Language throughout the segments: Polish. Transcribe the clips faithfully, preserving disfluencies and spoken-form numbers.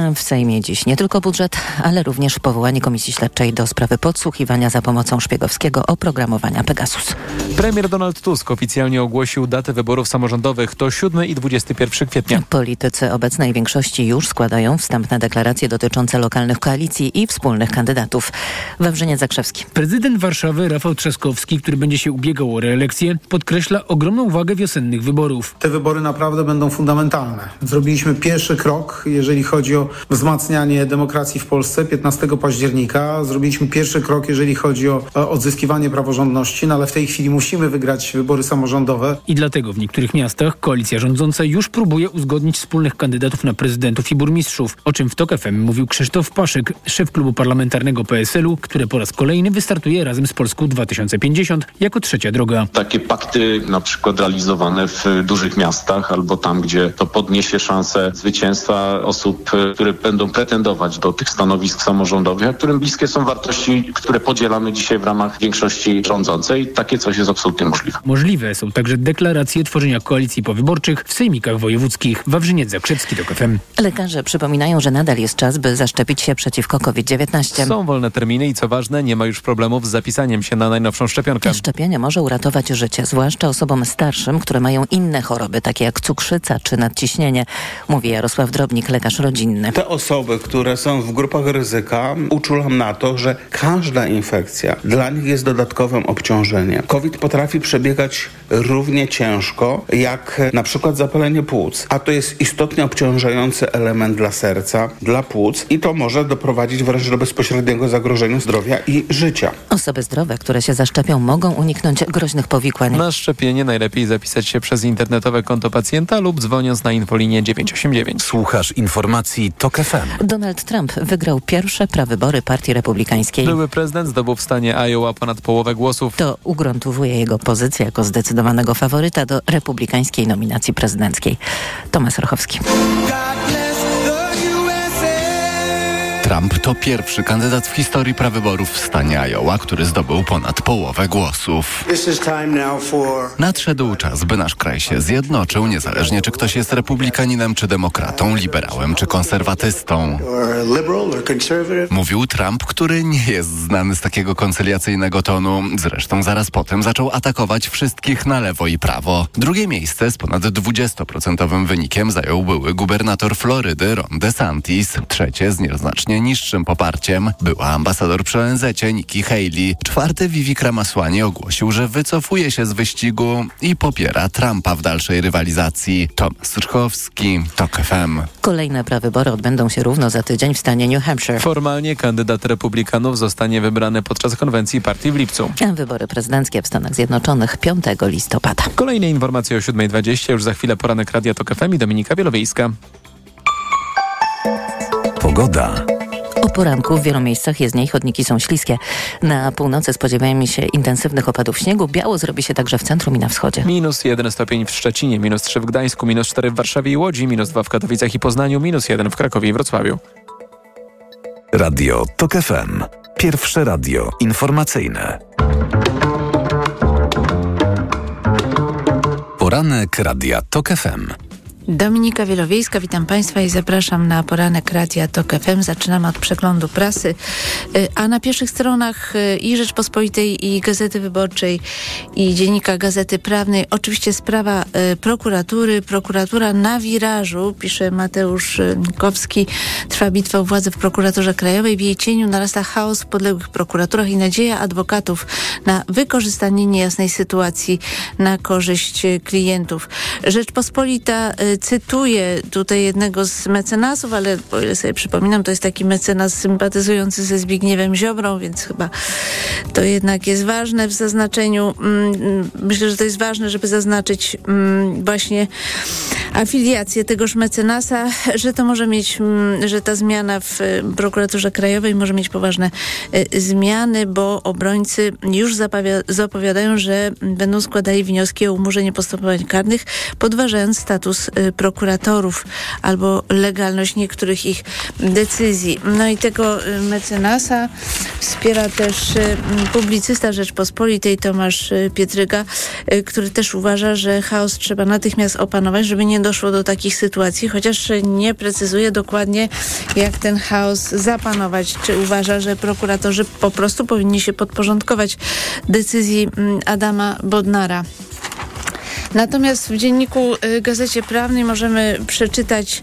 w Sejmie dziś nie tylko budżet, ale również powołanie Komisji Śledczej do sprawy podsłuchiwania za pomocą szpiegowskiego oprogramowania Pegasus. Premier Donald Tusk oficjalnie ogłosił datę wyborów samorządowych. To siódmego i dwudziestego pierwszego kwietnia. Politycy obecnej większości już składają wstępne deklaracje dotyczące lokalnych koalicji i wspólnych kandydatów. Wawrzyniec Zakrzewski. Prezydent Warszawy Rafał Trzaskowski, który będzie się ubiegał o reelekcję, podkreśla ogromną wagę wiosennych wyborów. Te wybory naprawdę będą fundamentalne. Zrobiliśmy pierwszy krok, jeżeli chodzi o wzmacnianie demokracji w Polsce piętnastego października. Zrobiliśmy pierwszy krok, jeżeli chodzi o odzyskiwanie praworządności, no ale w tej chwili musimy wygrać wybory samorządowe. I dlatego w niektórych miastach koalicja rządząca już próbuje uzgodnić wspólnych kandydatów na prezydentów i burmistrzów, o czym w TOK F M mówił Krzysztof Paszyk, szef klubu parlamentarnego P S L u, które po raz kolejny wystartuje razem z Polską dwa tysiące pięćdziesiąt jako trzecia droga. Takie pakty na przykład realizowane w dużych miastach albo tam, gdzie to podniesie szansę zwycięstwa osób, które będą pretendować do tych stanowisk samorządowych, a którym bliskie są wartości, które podzielamy dzisiaj w ramach większości rządzącej. Takie coś jest absolutnie możliwe. Możliwe są także deklaracje tworzenia koalicji powyborczych w sejmikach wojewódzkich. Wawrzyniec Zakrzewski, TOK F M. Lekarze przypominają, że nadal jest czas, by zaszczepić się przeciwko COVID dziewiętnaście. Są wolne terminy i co ważne, nie ma już problemów z zapisaniem się na najnowszą szczepionkę. Szczepienie może uratować życie, zwłaszcza osobom starszym, które mają inne choroby, takie jak cukrzyca czy nadciśnienie, mówi Jarosław Drobnik, lekarz rodzinny. Te osoby, które są w grupach ryzyka, uczulam na to, że każda infekcja dla nich jest dodatkowym obciążeniem. COVID potrafi przebiegać równie ciężko jak na przykład zapalenie płuc, a to jest istotnie obciążający element dla serca, dla płuc i to może doprowadzić wręcz do bezpośredniego zagrożenia zdrowia i życia. Osoby zdrowe, które się zaszczepią, mogą uniknąć groźnych powikłań. Na szczepienie najlepiej zapisać się przez internetowe konto pacjenta lub dzwoniąc na infolinię dziewięć osiem dziewięć. Słuchasz informacji TOK F M. Donald Trump wygrał pierwsze prawybory Partii Republikańskiej. Były prezydent zdobył w stanie Iowa ponad połowę głosów. To ugruntowuje jego pozycję jako zdecydowanego faworyta do republikańskiej nominacji prezydenckiej. Tomasz Rochowski. Trump to pierwszy kandydat w historii prawyborów w stanie Iowa, który zdobył ponad połowę głosów. Nadszedł czas, by nasz kraj się zjednoczył, niezależnie czy ktoś jest republikaninem, czy demokratą, liberałem, czy konserwatystą. Mówił Trump, który nie jest znany z takiego koncyliacyjnego tonu. Zresztą zaraz potem zaczął atakować wszystkich na lewo i prawo. Drugie miejsce z ponad dwudziestoprocentowym wynikiem zajął były gubernator Florydy Ron DeSantis. Trzecie z nieznacznie niższym poparciem była ambasador przy O N Z-cie Nikki Haley. Czwarty Vivek Ramaswamy ogłosił, że wycofuje się z wyścigu i popiera Trumpa w dalszej rywalizacji. Tomasz Ryczkowski, TOK F M. Kolejne prawybory odbędą się równo za tydzień w stanie New Hampshire. Formalnie kandydat republikanów zostanie wybrany podczas konwencji partii w lipcu. A wybory prezydenckie w Stanach Zjednoczonych piątego listopada. Kolejne informacje o siódma dwadzieścia, już za chwilę poranek Radia TOK F M i Dominika Wielowiejska. Pogoda. O poranku w wielu miejscach jezdni i chodniki są śliskie. Na północy spodziewajmy się intensywnych opadów śniegu. Biało zrobi się także w centrum i na wschodzie. Minus jeden stopień w Szczecinie, minus trzy w Gdańsku, minus cztery w Warszawie i Łodzi, minus dwa w Katowicach i Poznaniu, minus jeden w Krakowie i Wrocławiu. Radio TOK F M. Pierwsze radio informacyjne. Poranek Radia TOK F M. Dominika Wielowiejska, witam Państwa i zapraszam na poranek Radia TOK F M. Zaczynamy od przeglądu prasy, a na pierwszych stronach i Rzeczpospolitej, i Gazety Wyborczej, i Dziennika Gazety Prawnej oczywiście sprawa prokuratury. Prokuratura na wirażu, pisze Mateusz Kowski. Trwa bitwa o władzę w prokuraturze krajowej. W jej cieniu narasta chaos w podległych prokuraturach i nadzieja adwokatów na wykorzystanie niejasnej sytuacji na korzyść klientów. Rzeczpospolita cytuję tutaj jednego z mecenasów, ale o ile sobie przypominam, to jest taki mecenas sympatyzujący ze Zbigniewem Ziobrą, więc chyba to jednak jest ważne w zaznaczeniu. Myślę, że to jest ważne, żeby zaznaczyć właśnie afiliację tegoż mecenasa, że to może mieć, że ta zmiana w prokuraturze krajowej może mieć poważne zmiany, bo obrońcy już zapowiadają, że będą składali wnioski o umorzenie postępowań karnych, podważając status prokuratorów albo legalność niektórych ich decyzji. No i tego mecenasa wspiera też publicysta Rzeczpospolitej Tomasz Pietryga, który też uważa, że chaos trzeba natychmiast opanować, żeby nie doszło do takich sytuacji, chociaż nie precyzuje dokładnie, jak ten chaos zapanować. Czy uważa, że prokuratorzy po prostu powinni się podporządkować decyzji Adama Bodnara. Natomiast w dzienniku Gazecie Prawnej możemy przeczytać,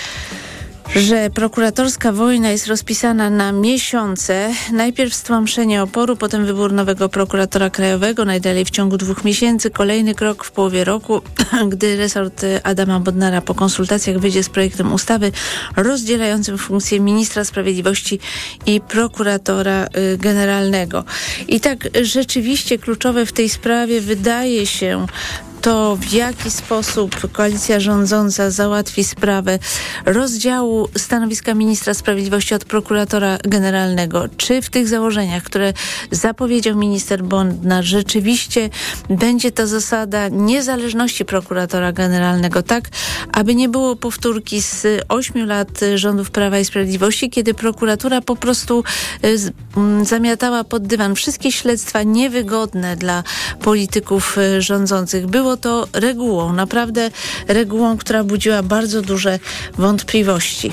że prokuratorska wojna jest rozpisana na miesiące. Najpierw stłamszenie oporu, potem wybór nowego prokuratora krajowego, najdalej w ciągu dwóch miesięcy. Kolejny krok w połowie roku, gdy resort Adama Bodnara po konsultacjach wyjdzie z projektem ustawy rozdzielającym funkcje ministra sprawiedliwości i prokuratora generalnego. I tak rzeczywiście kluczowe w tej sprawie wydaje się to, w jaki sposób koalicja rządząca załatwi sprawę rozdziału stanowiska ministra sprawiedliwości od prokuratora generalnego. Czy w tych założeniach, które zapowiedział minister Bodnar, rzeczywiście będzie ta zasada niezależności prokuratora generalnego, tak aby nie było powtórki z ośmiu lat rządów Prawa i Sprawiedliwości, kiedy prokuratura po prostu z, m, zamiatała pod dywan wszystkie śledztwa niewygodne dla polityków rządzących. Było to regułą, naprawdę regułą, która budziła bardzo duże wątpliwości.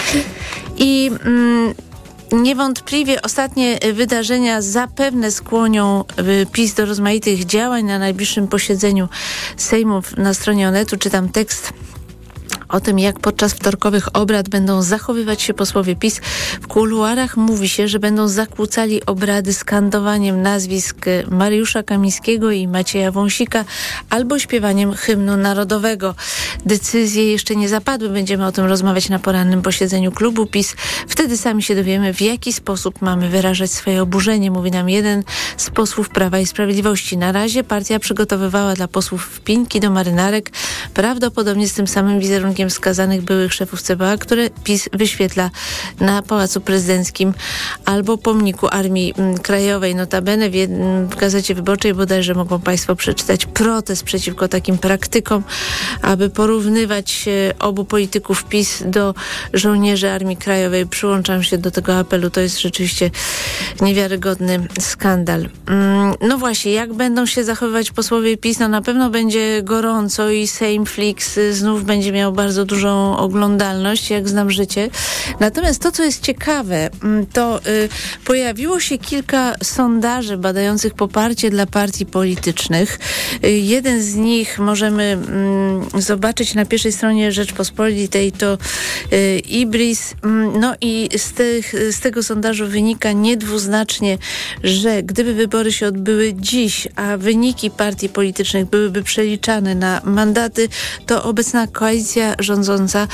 I mm, niewątpliwie ostatnie wydarzenia zapewne skłonią PiS do rozmaitych działań. Na najbliższym posiedzeniu Sejmu na stronie Onetu czytam tekst o tym, jak podczas wtorkowych obrad będą zachowywać się posłowie PiS. W kuluarach mówi się, że będą zakłócali obrady skandowaniem nazwisk Mariusza Kamińskiego i Macieja Wąsika albo śpiewaniem hymnu narodowego. Decyzje jeszcze nie zapadły. Będziemy o tym rozmawiać na porannym posiedzeniu klubu PiS. Wtedy sami się dowiemy, w jaki sposób mamy wyrażać swoje oburzenie, mówi nam jeden z posłów Prawa i Sprawiedliwości. Na razie partia przygotowywała dla posłów wpinki do marynarek, prawdopodobnie z tym samym wizerunkiem wskazanych byłych szefów C B A, które PiS wyświetla na Pałacu Prezydenckim albo pomniku Armii Krajowej. Notabene w, jednym, w Gazecie Wyborczej bodajże mogą Państwo przeczytać protest przeciwko takim praktykom, aby porównywać obu polityków PiS do żołnierzy Armii Krajowej. Przyłączam się do tego apelu. To jest rzeczywiście niewiarygodny skandal. No właśnie, jak będą się zachowywać posłowie PiS? No na pewno będzie gorąco i Sejm Flix znów będzie miał bardzo dużą oglądalność, jak znam życie. Natomiast to, co jest ciekawe, to y, pojawiło się kilka sondaży badających poparcie dla partii politycznych. Y, jeden z nich możemy y, zobaczyć na pierwszej stronie Rzeczpospolitej, to y, Ibris. No i z, tych, z tego sondażu wynika niedwuznacznie, że gdyby wybory się odbyły dziś, a wyniki partii politycznych byłyby przeliczane na mandaty, to obecna koalicja rządząca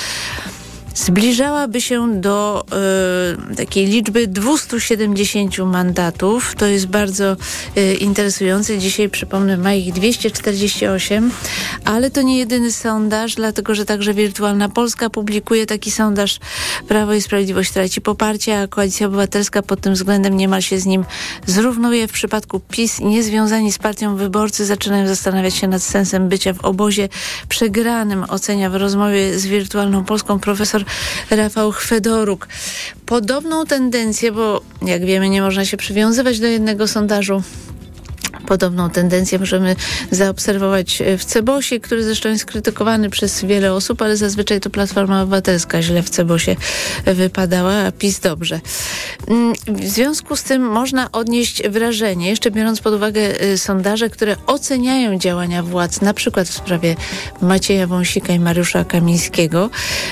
zbliżałaby się do y, takiej liczby dwieście siedemdziesiąt mandatów. To jest bardzo y, interesujące. Dzisiaj, przypomnę, ma ich dwieście czterdzieści osiem, ale to nie jedyny sondaż, dlatego że także Wirtualna Polska publikuje taki sondaż. Prawo i Sprawiedliwość traci poparcie, a Koalicja Obywatelska pod tym względem niemal się z nim zrównuje. W przypadku PiS niezwiązani z partią wyborcy zaczynają zastanawiać się nad sensem bycia w obozie przegranym, ocenia w rozmowie z Wirtualną Polską profesor Rafał Chwedoruk. Podobną tendencję, bo jak wiemy, nie można się przywiązywać do jednego sondażu. Podobną tendencję możemy zaobserwować w Cebosie, który zresztą jest krytykowany przez wiele osób, ale zazwyczaj to Platforma Obywatelska źle w Cebosie wypadała, a PiS dobrze. W związku z tym można odnieść wrażenie, jeszcze biorąc pod uwagę sondaże, które oceniają działania władz, na przykład w sprawie Macieja Wąsika i Mariusza Kamińskiego,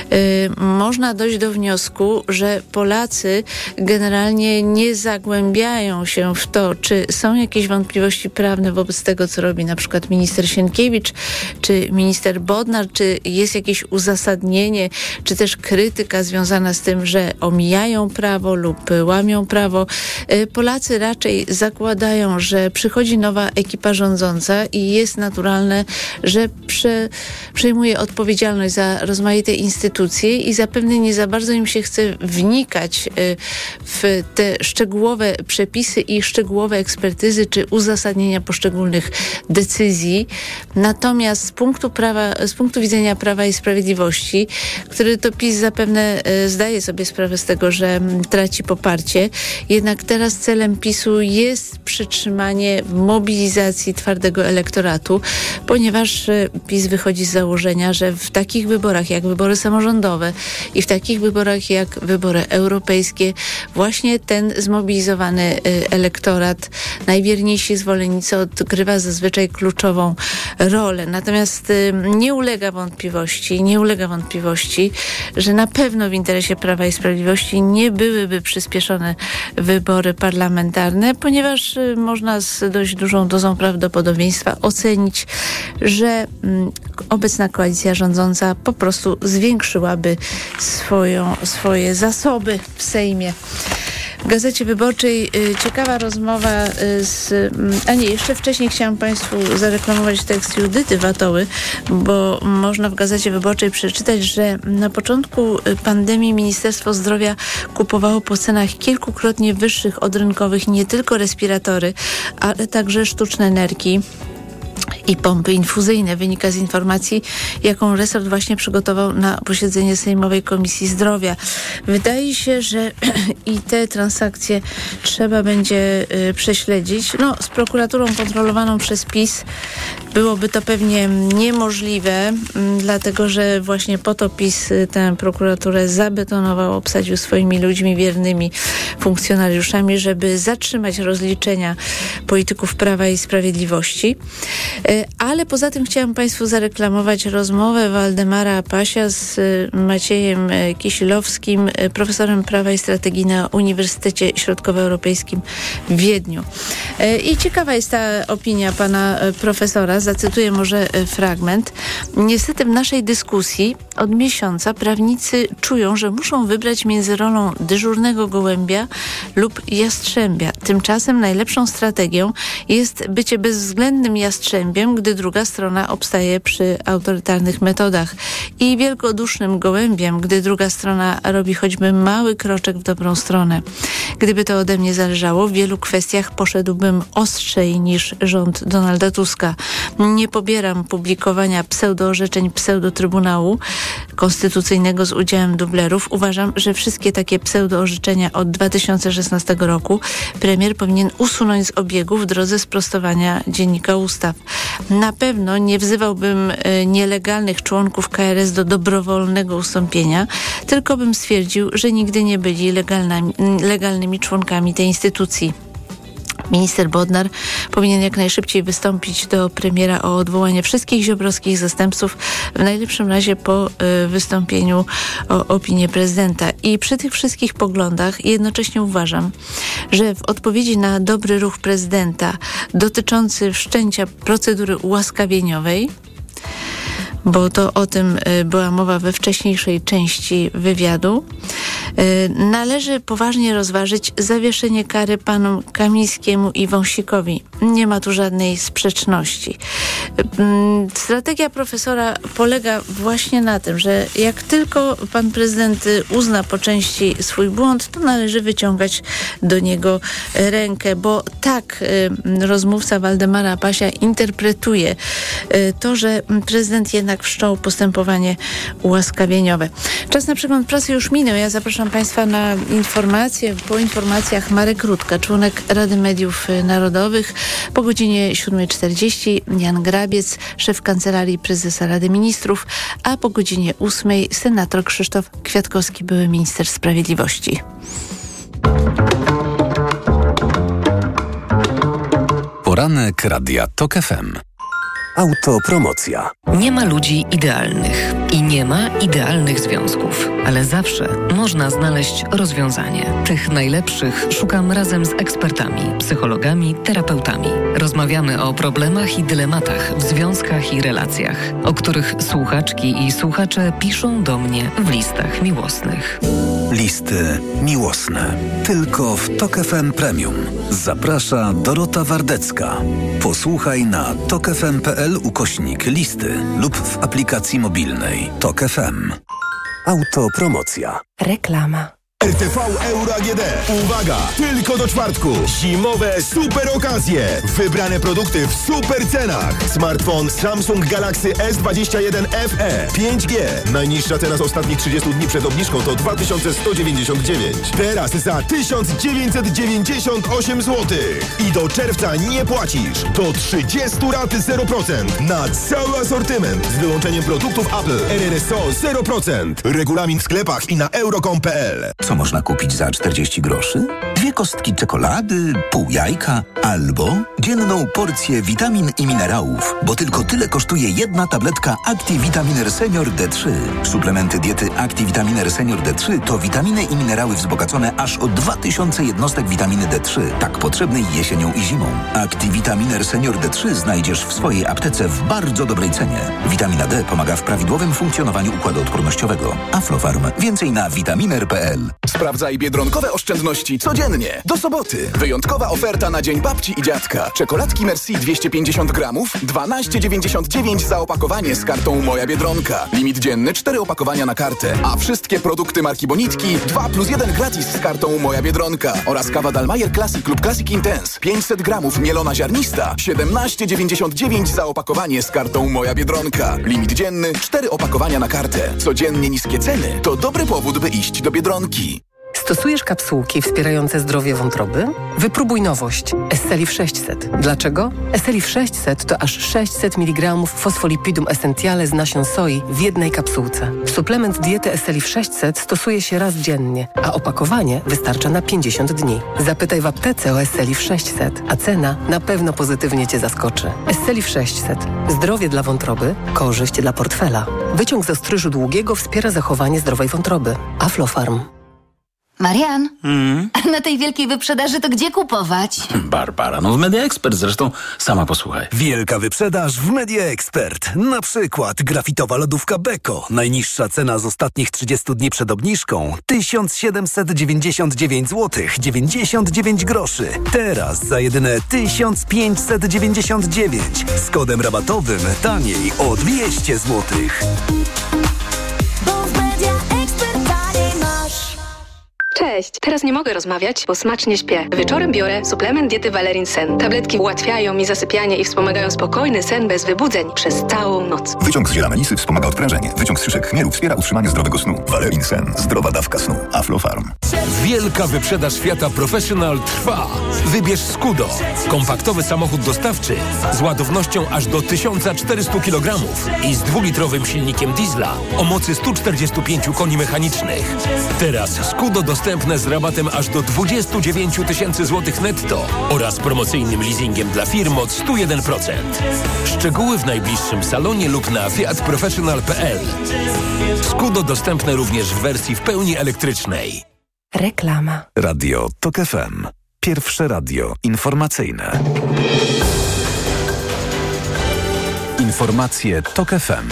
można dojść do wniosku, że Polacy generalnie nie zagłębiają się w to, czy są jakieś wątpliwości prawne wobec tego, co robi na przykład minister Sienkiewicz, czy minister Bodnar, czy jest jakieś uzasadnienie, czy też krytyka związana z tym, że omijają prawo lub łamią prawo. Polacy raczej zakładają, że przychodzi nowa ekipa rządząca i jest naturalne, że prze, przejmuje odpowiedzialność za rozmaite instytucje i zapewne nie za bardzo im się chce wnikać w te szczegółowe przepisy i szczegółowe ekspertyzy, czy uzasadnienia uzasadnienia poszczególnych decyzji. Natomiast z punktu, prawa, z punktu widzenia Prawa i Sprawiedliwości, który to PiS zapewne zdaje sobie sprawę z tego, że traci poparcie, jednak teraz celem PiSu jest przytrzymanie mobilizacji twardego elektoratu, ponieważ PiS wychodzi z założenia, że w takich wyborach jak wybory samorządowe i w takich wyborach jak wybory europejskie właśnie ten zmobilizowany elektorat, najwierniejsi zwolennicy odgrywa zazwyczaj kluczową rolę. Natomiast nie ulega wątpliwości, nie ulega wątpliwości, że na pewno w interesie Prawa i Sprawiedliwości nie byłyby przyspieszone wybory parlamentarne, ponieważ można z dość dużą dozą prawdopodobieństwa ocenić, że obecna koalicja rządząca po prostu zwiększyłaby swoją, swoje zasoby w Sejmie. W Gazecie Wyborczej y, ciekawa rozmowa y, z... Y, a nie, jeszcze wcześniej chciałam Państwu zareklamować tekst Judyty Watoły, bo można w Gazecie Wyborczej przeczytać, że na początku pandemii Ministerstwo Zdrowia kupowało po cenach kilkukrotnie wyższych od rynkowych nie tylko respiratory, ale także sztuczne nerki i pompy infuzyjne. Wynika z informacji, jaką resort właśnie przygotował na posiedzenie Sejmowej Komisji Zdrowia. Wydaje się, że i te transakcje trzeba będzie y, prześledzić. No, z prokuraturą kontrolowaną przez PiS byłoby to pewnie niemożliwe, m, dlatego że właśnie po to PiS y, tę prokuraturę zabetonował, obsadził swoimi ludźmi wiernymi, funkcjonariuszami, żeby zatrzymać rozliczenia polityków Prawa i Sprawiedliwości. Y, ale poza tym chciałam Państwu zareklamować rozmowę Waldemara Pasia z Maciejem Kisilowskim, profesorem prawa i strategii na Uniwersytecie Środkowoeuropejskim w Wiedniu. I ciekawa jest ta opinia pana profesora. Zacytuję może fragment. Niestety w naszej dyskusji od miesiąca prawnicy czują, że muszą wybrać między rolą dyżurnego gołębia lub jastrzębia. Tymczasem najlepszą strategią jest bycie bezwzględnym jastrzębiem, gdy druga strona obstaje przy autorytarnych metodach, i wielkodusznym gołębiem, gdy druga strona robi choćby mały kroczek w dobrą stronę. Gdyby to ode mnie zależało, w wielu kwestiach poszedłbym ostrzej niż rząd Donalda Tuska. Nie pobieram publikowania pseudoorzeczeń pseudotrybunału konstytucyjnego z udziałem dublerów. Uważam, że wszystkie takie pseudoorzeczenia od dwa tysiące szesnastego roku premier powinien usunąć z obiegu w drodze sprostowania Dziennika Ustaw. Na pewno nie wzywałbym y, nielegalnych członków K R S do dobrowolnego ustąpienia, tylko bym stwierdził, że nigdy nie byli legalnymi, legalnymi członkami tej instytucji. Minister Bodnar powinien jak najszybciej wystąpić do premiera o odwołanie wszystkich ziobrowskich zastępców, w najlepszym razie po y, wystąpieniu o opinię prezydenta. I przy tych wszystkich poglądach jednocześnie uważam, że w odpowiedzi na dobry ruch prezydenta dotyczący wszczęcia procedury ułaskawieniowej, bo to o tym była mowa we wcześniejszej części wywiadu, należy poważnie rozważyć zawieszenie kary panom Kamińskiemu i Wąsikowi. Nie ma tu żadnej sprzeczności. Strategia profesora polega właśnie na tym, że jak tylko pan prezydent uzna po części swój błąd, to należy wyciągać do niego rękę, bo tak rozmówca Waldemara Pasia interpretuje to, że prezydent jednak wszczął postępowanie ułaskawieniowe. Czas na przegląd prasy już minął. Ja zapraszam Państwa na informacje. Po informacjach Marek Rutka, członek Rady Mediów Narodowych. Po godzinie siódma czterdzieści Jan Grabiec, szef Kancelarii Prezesa Rady Ministrów, a po godzinie ósmej senator Krzysztof Kwiatkowski, były minister sprawiedliwości. Poranek Radia TOK F M. Autopromocja. Nie ma ludzi idealnych i nie ma idealnych związków, ale zawsze można znaleźć rozwiązanie. Tych najlepszych szukam razem z ekspertami, psychologami, terapeutami. Rozmawiamy o problemach i dylematach w związkach i relacjach, o których słuchaczki i słuchacze piszą do mnie w listach miłosnych. Listy miłosne. Tylko w TOK F M Premium. Zaprasza Dorota Wardecka. Posłuchaj na tok f m kropka p l ukośnik listy lub w aplikacji mobilnej TOK F M. Autopromocja. Reklama. R T V Euro A G D. Uwaga! Tylko do czwartku. Zimowe super okazje. Wybrane produkty w super cenach. Smartfon Samsung Galaxy S dwadzieścia jeden F E pięć G. Najniższa cena z ostatnich trzydziestu dni przed obniżką to dwa tysiące sto dziewięćdziesiąt dziewięć. Teraz za tysiąc dziewięćset dziewięćdziesiąt osiem złotych. I do czerwca nie płacisz. Do trzydziestu rat zero procent. Na cały asortyment. Z wyłączeniem produktów Apple. R R S O zero procent. Regulamin w sklepach i na euro kropka com kropka p l. Co można kupić za czterdzieści groszy? Dwie kostki czekolady, pół jajka albo dzienną porcję witamin i minerałów, bo tylko tyle kosztuje jedna tabletka Activitaminer Senior D trzy. Suplementy diety Activitaminer Senior D trzy to witaminy i minerały wzbogacone aż o dwa tysiące jednostek witaminy D trzy, tak potrzebnej jesienią i zimą. Activitaminer Senior D trzy znajdziesz w swojej aptece w bardzo dobrej cenie. Witamina D pomaga w prawidłowym funkcjonowaniu układu odpornościowego. Aflofarm. Więcej na witaminer kropka p l. Sprawdzaj biedronkowe oszczędności codziennie. Do soboty. Wyjątkowa oferta na Dzień Babci i Dziadka. Czekoladki Merci dwieście pięćdziesiąt gramów, dwanaście dziewięćdziesiąt dziewięć za opakowanie z kartą Moja Biedronka. Limit dzienny cztery opakowania na kartę. A wszystkie produkty marki Bonitki dwa plus jeden gratis z kartą Moja Biedronka. Oraz kawa Dalmayer Classic lub Classic Intense pięćset gramów mielona ziarnista siedemnaście dziewięćdziesiąt dziewięć za opakowanie z kartą Moja Biedronka. Limit dzienny cztery opakowania na kartę. Codziennie niskie ceny to dobry powód, by iść do Biedronki. Stosujesz kapsułki wspierające zdrowie wątroby? Wypróbuj nowość Esselif sześćset. Dlaczego? Esselif sześćset to aż sześćset miligramów fosfolipidum essentiale z nasion soi w jednej kapsułce. Suplement diety Esselif sześćset stosuje się raz dziennie, a opakowanie wystarcza na pięćdziesiąt dni. Zapytaj w aptece o Esselif sześćset, a cena na pewno pozytywnie Cię zaskoczy. Esselif sześćset. Zdrowie dla wątroby, korzyść dla portfela. Wyciąg z ostryżu długiego wspiera zachowanie zdrowej wątroby. Aflofarm. Marian, mm? na tej wielkiej wyprzedaży to gdzie kupować? Barbara, no w Media Expert zresztą, sama posłuchaj. Wielka wyprzedaż w Media Expert. Na przykład grafitowa lodówka Beko. Najniższa cena z ostatnich trzydziestu dni przed obniżką tysiąc siedemset dziewięćdziesiąt dziewięć złotych dziewięćdziesiąt dziewięć groszy. Teraz za jedyne tysiąc pięćset dziewięćdziesiąt dziewięć. Z kodem rabatowym taniej o dwieście złotych. Cześć, teraz nie mogę rozmawiać, bo smacznie śpię. Wieczorem biorę suplement diety Valerin Sen. Tabletki ułatwiają mi zasypianie i wspomagają spokojny sen bez wybudzeń przez całą noc. Wyciąg z ziela melisy wspomaga odprężenie. Wyciąg z szyszek chmielu wspiera utrzymanie zdrowego snu. Valerin Sen. Zdrowa dawka snu. Aflofarm. Wielka wyprzedaż Fiata Professional trwa. Wybierz Scudo. Kompaktowy samochód dostawczy z ładownością aż do tysiąc czterysta kilogramów i z dwulitrowym silnikiem diesla o mocy stu czterdziestu pięciu koni mechanicznych. Teraz Scudo dostępne z rabatem aż do dwudziestu dziewięciu tysięcy złotych netto oraz promocyjnym leasingiem dla firm od stu jeden procent. Szczegóły w najbliższym salonie lub na fiat professional kropka p l. Scudo dostępne również w wersji w pełni elektrycznej. Reklama. Radio TOK F M. Pierwsze radio informacyjne. Informacje TOK F M.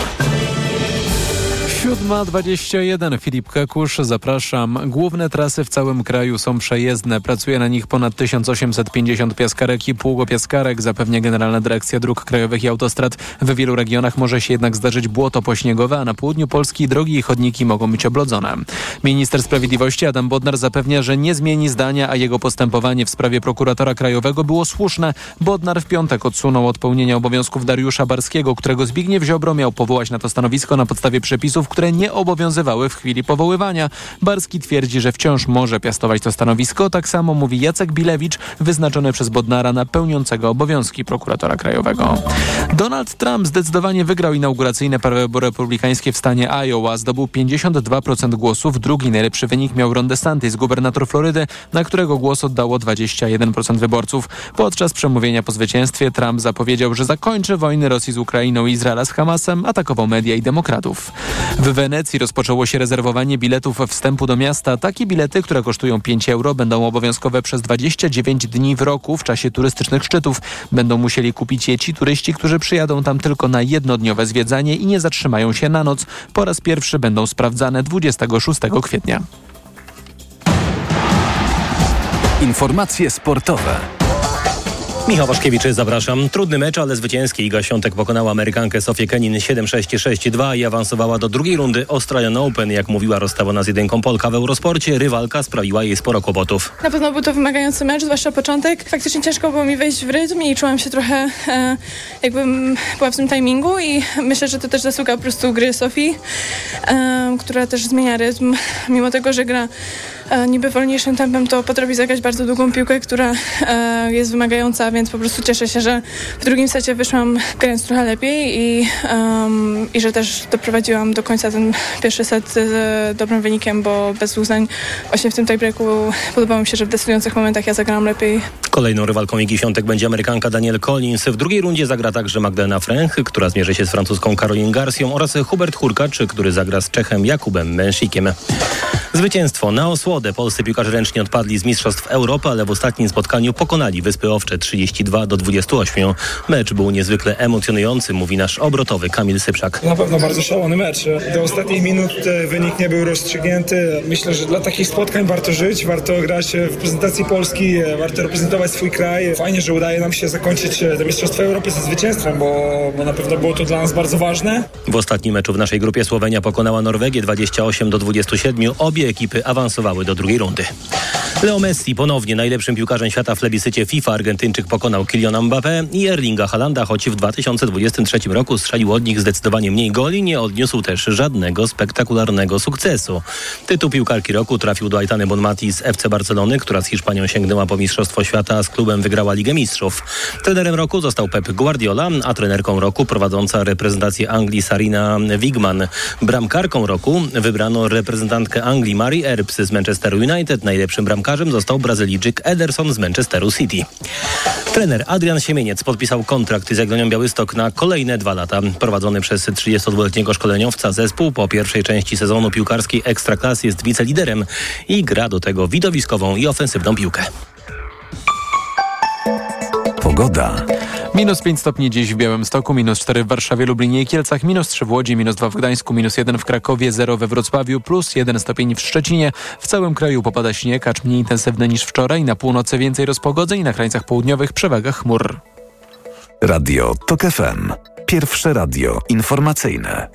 siódma dwadzieścia jeden. Filip Kekusz, zapraszam. Główne trasy w całym kraju są przejezdne. Pracuje na nich ponad tysiąc osiemset pięćdziesiąt piaskarek i pługopiaskarek, zapewnia Generalna Dyrekcja Dróg Krajowych i Autostrad. W wielu regionach może się jednak zdarzyć błoto pośniegowe, a na południu Polski drogi i chodniki mogą być oblodzone. Minister Sprawiedliwości Adam Bodnar zapewnia, że nie zmieni zdania, a jego postępowanie w sprawie prokuratora krajowego było słuszne. Bodnar w piątek odsunął od pełnienia obowiązków Dariusza Barskiego, którego Zbigniew Ziobro miał powołać na to stanowisko na podstawie przepisów, które nie obowiązywały w chwili powoływania. Barski twierdzi, że wciąż może piastować to stanowisko. Tak samo mówi Jacek Bilewicz, wyznaczony przez Bodnara na pełniącego obowiązki prokuratora krajowego. Donald Trump zdecydowanie wygrał inauguracyjne prawybory republikańskie w stanie Iowa. Zdobył pięćdziesiąt dwa procent głosów. Drugi najlepszy wynik miał Ron DeSantis, gubernator Florydy, na którego głos oddało dwadzieścia jeden procent wyborców. Podczas przemówienia po zwycięstwie Trump zapowiedział, że zakończy wojny Rosji z Ukrainą i Izraela z Hamasem, atakował media i demokratów. W Wenecji rozpoczęło się rezerwowanie biletów wstępu do miasta. Takie bilety, które kosztują pięć euro, będą obowiązkowe przez dwadzieścia dziewięć dni w roku w czasie turystycznych szczytów. Będą musieli kupić je ci turyści, którzy przyjadą tam tylko na jednodniowe zwiedzanie i nie zatrzymają się na noc. Po raz pierwszy będą sprawdzane dwudziestego szóstego kwietnia. Informacje sportowe. Michał Waszkiewicz, zapraszam. Trudny mecz, ale zwycięski. Iga Świątek pokonała Amerykankę Sofię Kenin siedem sześć, sześć dwa i awansowała do drugiej rundy Australian Open. Jak mówiła rozstawiona z jedynką Polka w Eurosporcie, rywalka sprawiła jej sporo kłopotów. Na pewno był to wymagający mecz, zwłaszcza początek. Faktycznie ciężko było mi wejść w rytm i czułam się trochę e, jakbym była w tym timingu i myślę, że to też zasługa po prostu gry Sofii, e, która też zmienia rytm. Mimo tego, że gra e, niby wolniejszym tempem, to potrafi zagrać bardzo długą piłkę, która e, jest wymagająca, więc po prostu cieszę się, że w drugim secie wyszłam grając trochę lepiej i, um, i że też doprowadziłam do końca ten pierwszy set z dobrym wynikiem, bo bez uznań właśnie w tym tiebreaku podobało mi się, że w decydujących momentach ja zagrałam lepiej. Kolejną rywalką Igi Świątek będzie Amerykanka Danielle Collins. W drugiej rundzie zagra także Magdalena Fręch, która zmierzy się z francuską Caroline Garcją, oraz Hubert Hurkacz, który zagra z Czechem Jakubem Męsikiem. Zwycięstwo na osłodę. Polscy piłkarze ręcznie odpadli z Mistrzostw Europy, ale w ostatnim spotkaniu pokonali Wyspy Owcze trzydzieści dwa do dwudziestu ośmiu. Mecz był niezwykle emocjonujący, mówi nasz obrotowy Kamil Sypszak. Na pewno bardzo szalony mecz. Do ostatnich minut wynik nie był rozstrzygnięty. Myślę, że dla takich spotkań warto żyć, warto grać w prezentacji Polski, warto reprezentować swój kraj. Fajnie, że udaje nam się zakończyć te Mistrzostwa Europy ze zwycięstwem, bo, bo na pewno było to dla nas bardzo ważne. W ostatnim meczu w naszej grupie Słowenia pokonała Norwegię dwadzieścia osiem do dwudziestu siedmiu. Obie ekipy awansowały do drugiej rundy. Leo Messi ponownie najlepszym piłkarzem świata w plebiscycie FIFA. Argentyńczyk pokonał Kyliana Mbappé i Erlinga Haalanda, choć w dwa tysiące dwudziestym trzecim roku strzelił od nich zdecydowanie mniej goli, nie odniósł też żadnego spektakularnego sukcesu. Tytuł piłkarki roku trafił do Aitany Bonmati z F C Barcelony, która z Hiszpanią sięgnęła po Mistrzostwo Świata, a z klubem wygrała Ligę Mistrzów. Trenerem roku został Pep Guardiola, a trenerką roku prowadząca reprezentację Anglii Sarina Wiegman. Bramkarką roku wybrano reprezentantkę Anglii Mary Earps z Manchesteru United. Najlepszym bramkarzem został Brazylijczyk Ederson z Manchesteru City. Trener Adrian Siemieniec podpisał kontrakt z Jagiellonią Białystok na kolejne dwa lata. Prowadzony przez trzydziestodwuletniego szkoleniowca zespół po pierwszej części sezonu piłkarskiej Ekstraklasy jest wiceliderem i gra do tego widowiskową i ofensywną piłkę. Pogoda. Minus pięć stopni dziś w Białymstoku, minus cztery w Warszawie, Lublinie i Kielcach, minus trzy w Łodzi, minus dwa w Gdańsku, minus jeden w Krakowie, zero we Wrocławiu, plus jeden stopień w Szczecinie. W całym kraju popada śnieg, acz mniej intensywny niż wczoraj. Na północy więcej rozpogodzeń, na krańcach południowych przewaga chmur. Radio TOK F M. Pierwsze radio informacyjne.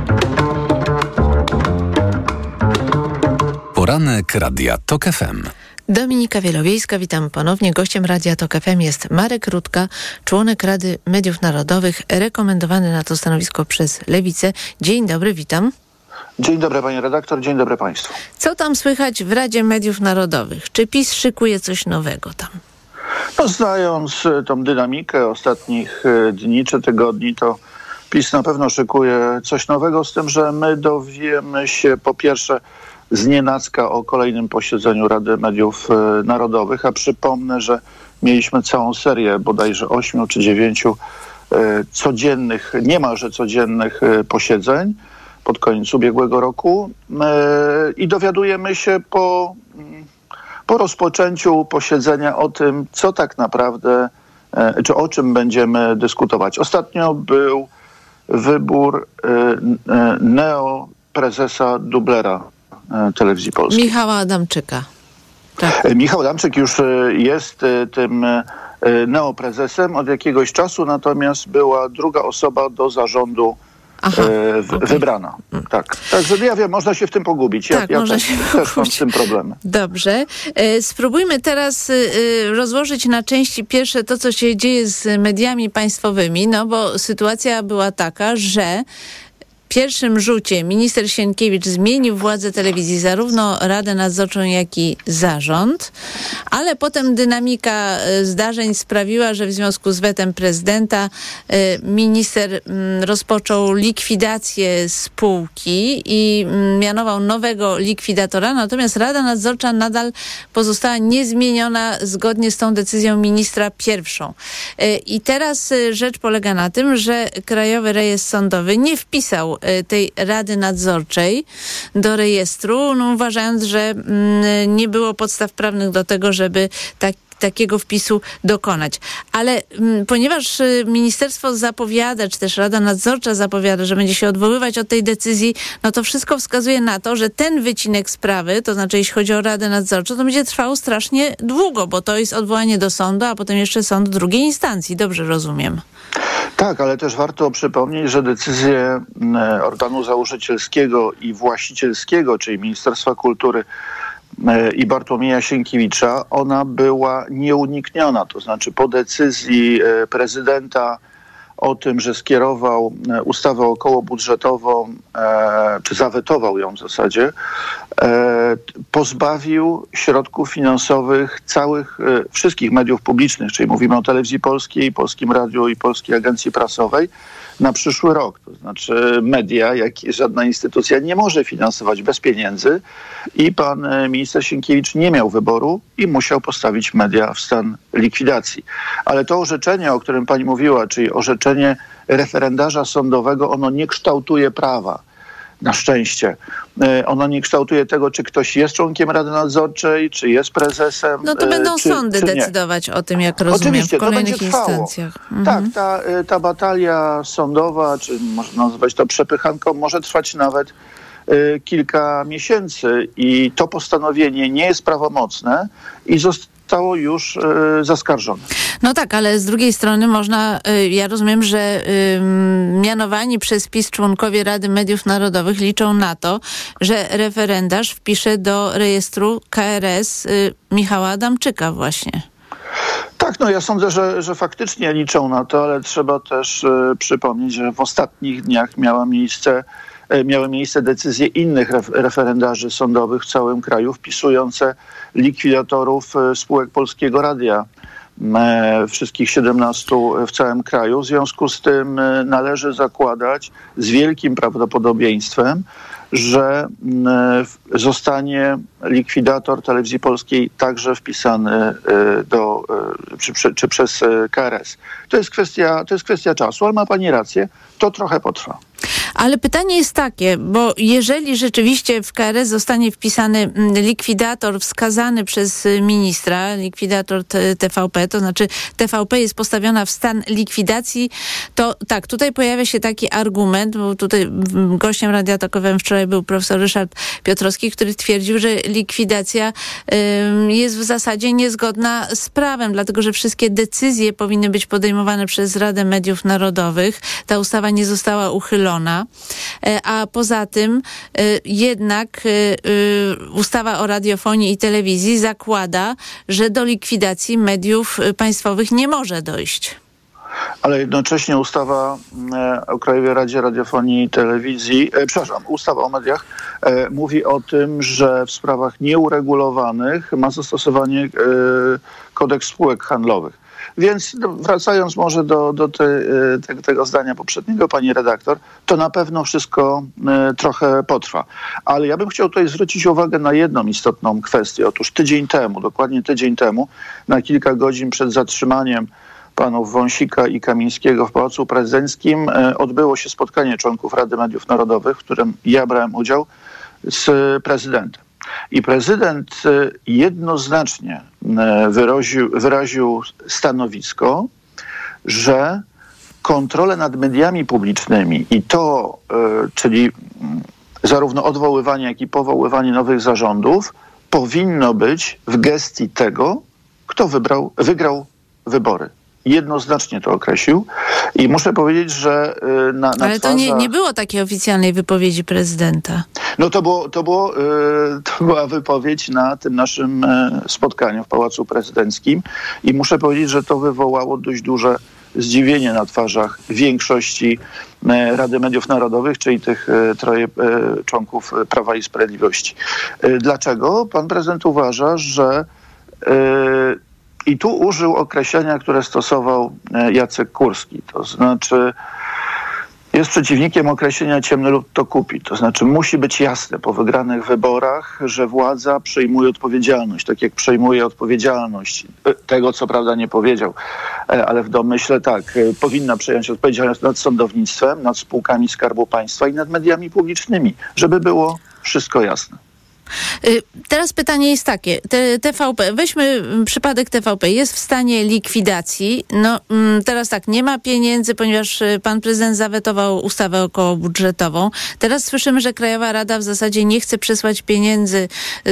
Poranek Radia TOK F M. Dominika Wielowiejska, witam ponownie. Gościem Radia TOK F M jest Marek Rutka, członek Rady Mediów Narodowych, rekomendowany na to stanowisko przez Lewicę. Dzień dobry, witam. Dzień dobry pani redaktor, dzień dobry państwu. Co tam słychać w Radzie Mediów Narodowych? Czy PiS szykuje coś nowego tam? No, znając tą dynamikę ostatnich dni czy tygodni, to PiS na pewno szykuje coś nowego, z tym, że my dowiemy się po pierwsze znienacka o kolejnym posiedzeniu Rady Mediów Narodowych, a przypomnę, że mieliśmy całą serię bodajże ośmiu czy dziewięciu codziennych, niemalże codziennych posiedzeń pod koniec ubiegłego roku i dowiadujemy się po, po rozpoczęciu posiedzenia o tym, co tak naprawdę, czy o czym będziemy dyskutować. Ostatnio był wybór neoprezesa dublera Telewizji Polskiej. Michała Adamczyka. Tak. Michał Adamczyk już jest tym neoprezesem od jakiegoś czasu, natomiast była druga osoba do zarządu Aha, w, okay. wybrana. Tak. Także ja wiem, można się w tym pogubić. Ja, tak, ja można też, się też mam z tym problemy. Dobrze. E, spróbujmy teraz e, rozłożyć na części pierwsze to, co się dzieje z mediami państwowymi, no bo sytuacja była taka, że w pierwszym rzucie minister Sienkiewicz zmienił władzę telewizji, zarówno Radę Nadzorczą, jak i zarząd, ale potem dynamika zdarzeń sprawiła, że w związku z wetem prezydenta minister rozpoczął likwidację spółki i mianował nowego likwidatora, natomiast Rada Nadzorcza nadal pozostała niezmieniona zgodnie z tą decyzją ministra pierwszą. I teraz rzecz polega na tym, że Krajowy Rejestr Sądowy nie wpisał tej Rady Nadzorczej do rejestru, no, uważając, że mm, nie było podstaw prawnych do tego, żeby tak takiego wpisu dokonać. Ale m, ponieważ y, ministerstwo zapowiada, czy też Rada Nadzorcza zapowiada, że będzie się odwoływać od tej decyzji, no to wszystko wskazuje na to, że ten wycinek sprawy, to znaczy jeśli chodzi o Radę Nadzorczą, to będzie trwał strasznie długo, bo to jest odwołanie do sądu, a potem jeszcze sąd drugiej instancji. Dobrze rozumiem. Tak, ale też warto przypomnieć, że decyzje organu założycielskiego i właścicielskiego, czyli Ministerstwa Kultury i Bartłomieja Sienkiewicza, ona była nieunikniona. To znaczy po decyzji prezydenta o tym, że skierował ustawę okołobudżetową, czy zawetował ją w zasadzie, pozbawił środków finansowych całych, wszystkich mediów publicznych, czyli mówimy o Telewizji Polskiej, Polskim Radiu i Polskiej Agencji Prasowej, na przyszły rok. To znaczy media, jak i żadna instytucja nie może finansować bez pieniędzy i pan minister Sienkiewicz nie miał wyboru i musiał postawić media w stan likwidacji. Ale to orzeczenie, o którym pani mówiła, czyli orzeczenie referendarza sądowego, ono nie kształtuje prawa. Na szczęście. Ono nie kształtuje tego, czy ktoś jest członkiem Rady Nadzorczej, czy jest prezesem. No to będą czy, sądy czy decydować o tym, jak rozumiem, Oczywiście, w kolejnych to będzie trwało. instancjach. Mhm. Tak, ta, ta batalia sądowa, czy można nazwać to przepychanką, może trwać nawet y, kilka miesięcy i to postanowienie nie jest prawomocne i zostało już y, zaskarżone. No tak, ale z drugiej strony można, y, ja rozumiem, że y, mianowani przez PiS członkowie Rady Mediów Narodowych liczą na to, że referendarz wpisze do rejestru K R S y, Michała Adamczyka właśnie. Tak, no ja sądzę, że, że faktycznie liczą na to, ale trzeba też y, przypomnieć, że w ostatnich dniach miała miejsce miały miejsce decyzje innych referendarzy sądowych w całym kraju wpisujące likwidatorów spółek Polskiego Radia, wszystkich siedemnastu w całym kraju. W związku z tym należy zakładać z wielkim prawdopodobieństwem, że zostanie likwidator Telewizji Polskiej także wpisany do, czy, czy przez K R S. To jest kwestia, to jest kwestia czasu, ale ma pani rację, to trochę potrwa. Ale pytanie jest takie, bo jeżeli rzeczywiście w K R S zostanie wpisany likwidator wskazany przez ministra, likwidator T V P, to znaczy T V P jest postawiona w stan likwidacji, to tak, tutaj pojawia się taki argument, bo tutaj gościem Radia Tok F M wczoraj był profesor Ryszard Piotrowski, który twierdził, że likwidacja y, jest w zasadzie niezgodna z prawem, dlatego że wszystkie decyzje powinny być podejmowane przez Radę Mediów Narodowych. Ta ustawa nie została uchylona. A poza tym jednak ustawa o radiofonii i telewizji zakłada, że do likwidacji mediów państwowych nie może dojść. Ale jednocześnie ustawa o Krajowej Radzie Radiofonii i Telewizji, e, przepraszam, ustawa o mediach e, mówi o tym, że w sprawach nieuregulowanych ma zastosowanie e, kodeks spółek handlowych. Więc wracając może do, do te, te, tego zdania poprzedniego, pani redaktor, to na pewno wszystko y, trochę potrwa. Ale ja bym chciał tutaj zwrócić uwagę na jedną istotną kwestię. Otóż tydzień temu, dokładnie tydzień temu, na kilka godzin przed zatrzymaniem panów Wąsika i Kamińskiego w Pałacu Prezydenckim y, odbyło się spotkanie członków Rady Mediów Narodowych, w którym ja brałem udział, z prezydentem. I prezydent jednoznacznie wyraził, wyraził stanowisko, że kontrolę nad mediami publicznymi i to, czyli zarówno odwoływanie, jak i powoływanie nowych zarządów, powinno być w gestii tego, kto wybrał, wygrał wybory. Jednoznacznie to określił i muszę powiedzieć, że na, na Ale to twarzach... nie, nie było takiej oficjalnej wypowiedzi prezydenta. No to, było, to, było, to była wypowiedź na tym naszym spotkaniu w Pałacu Prezydenckim i muszę powiedzieć, że to wywołało dość duże zdziwienie na twarzach większości Rady Mediów Narodowych, czyli tych troje członków Prawa i Sprawiedliwości. Dlaczego? Pan prezydent uważa, że i tu użył określenia, które stosował Jacek Kurski. To znaczy, jest przeciwnikiem określenia ciemny lud to kupi. To znaczy musi być jasne po wygranych wyborach, że władza przejmuje odpowiedzialność, tak jak przejmuje odpowiedzialność tego, co prawda nie powiedział, ale w domyśle tak, powinna przejąć odpowiedzialność nad sądownictwem, nad spółkami Skarbu Państwa i nad mediami publicznymi, żeby było wszystko jasne. Teraz pytanie jest takie. T V P, weźmy przypadek T V P, jest w stanie likwidacji. No teraz tak, nie ma pieniędzy, ponieważ pan prezydent zawetował ustawę okołobudżetową. Teraz słyszymy, że Krajowa Rada w zasadzie nie chce przesłać pieniędzy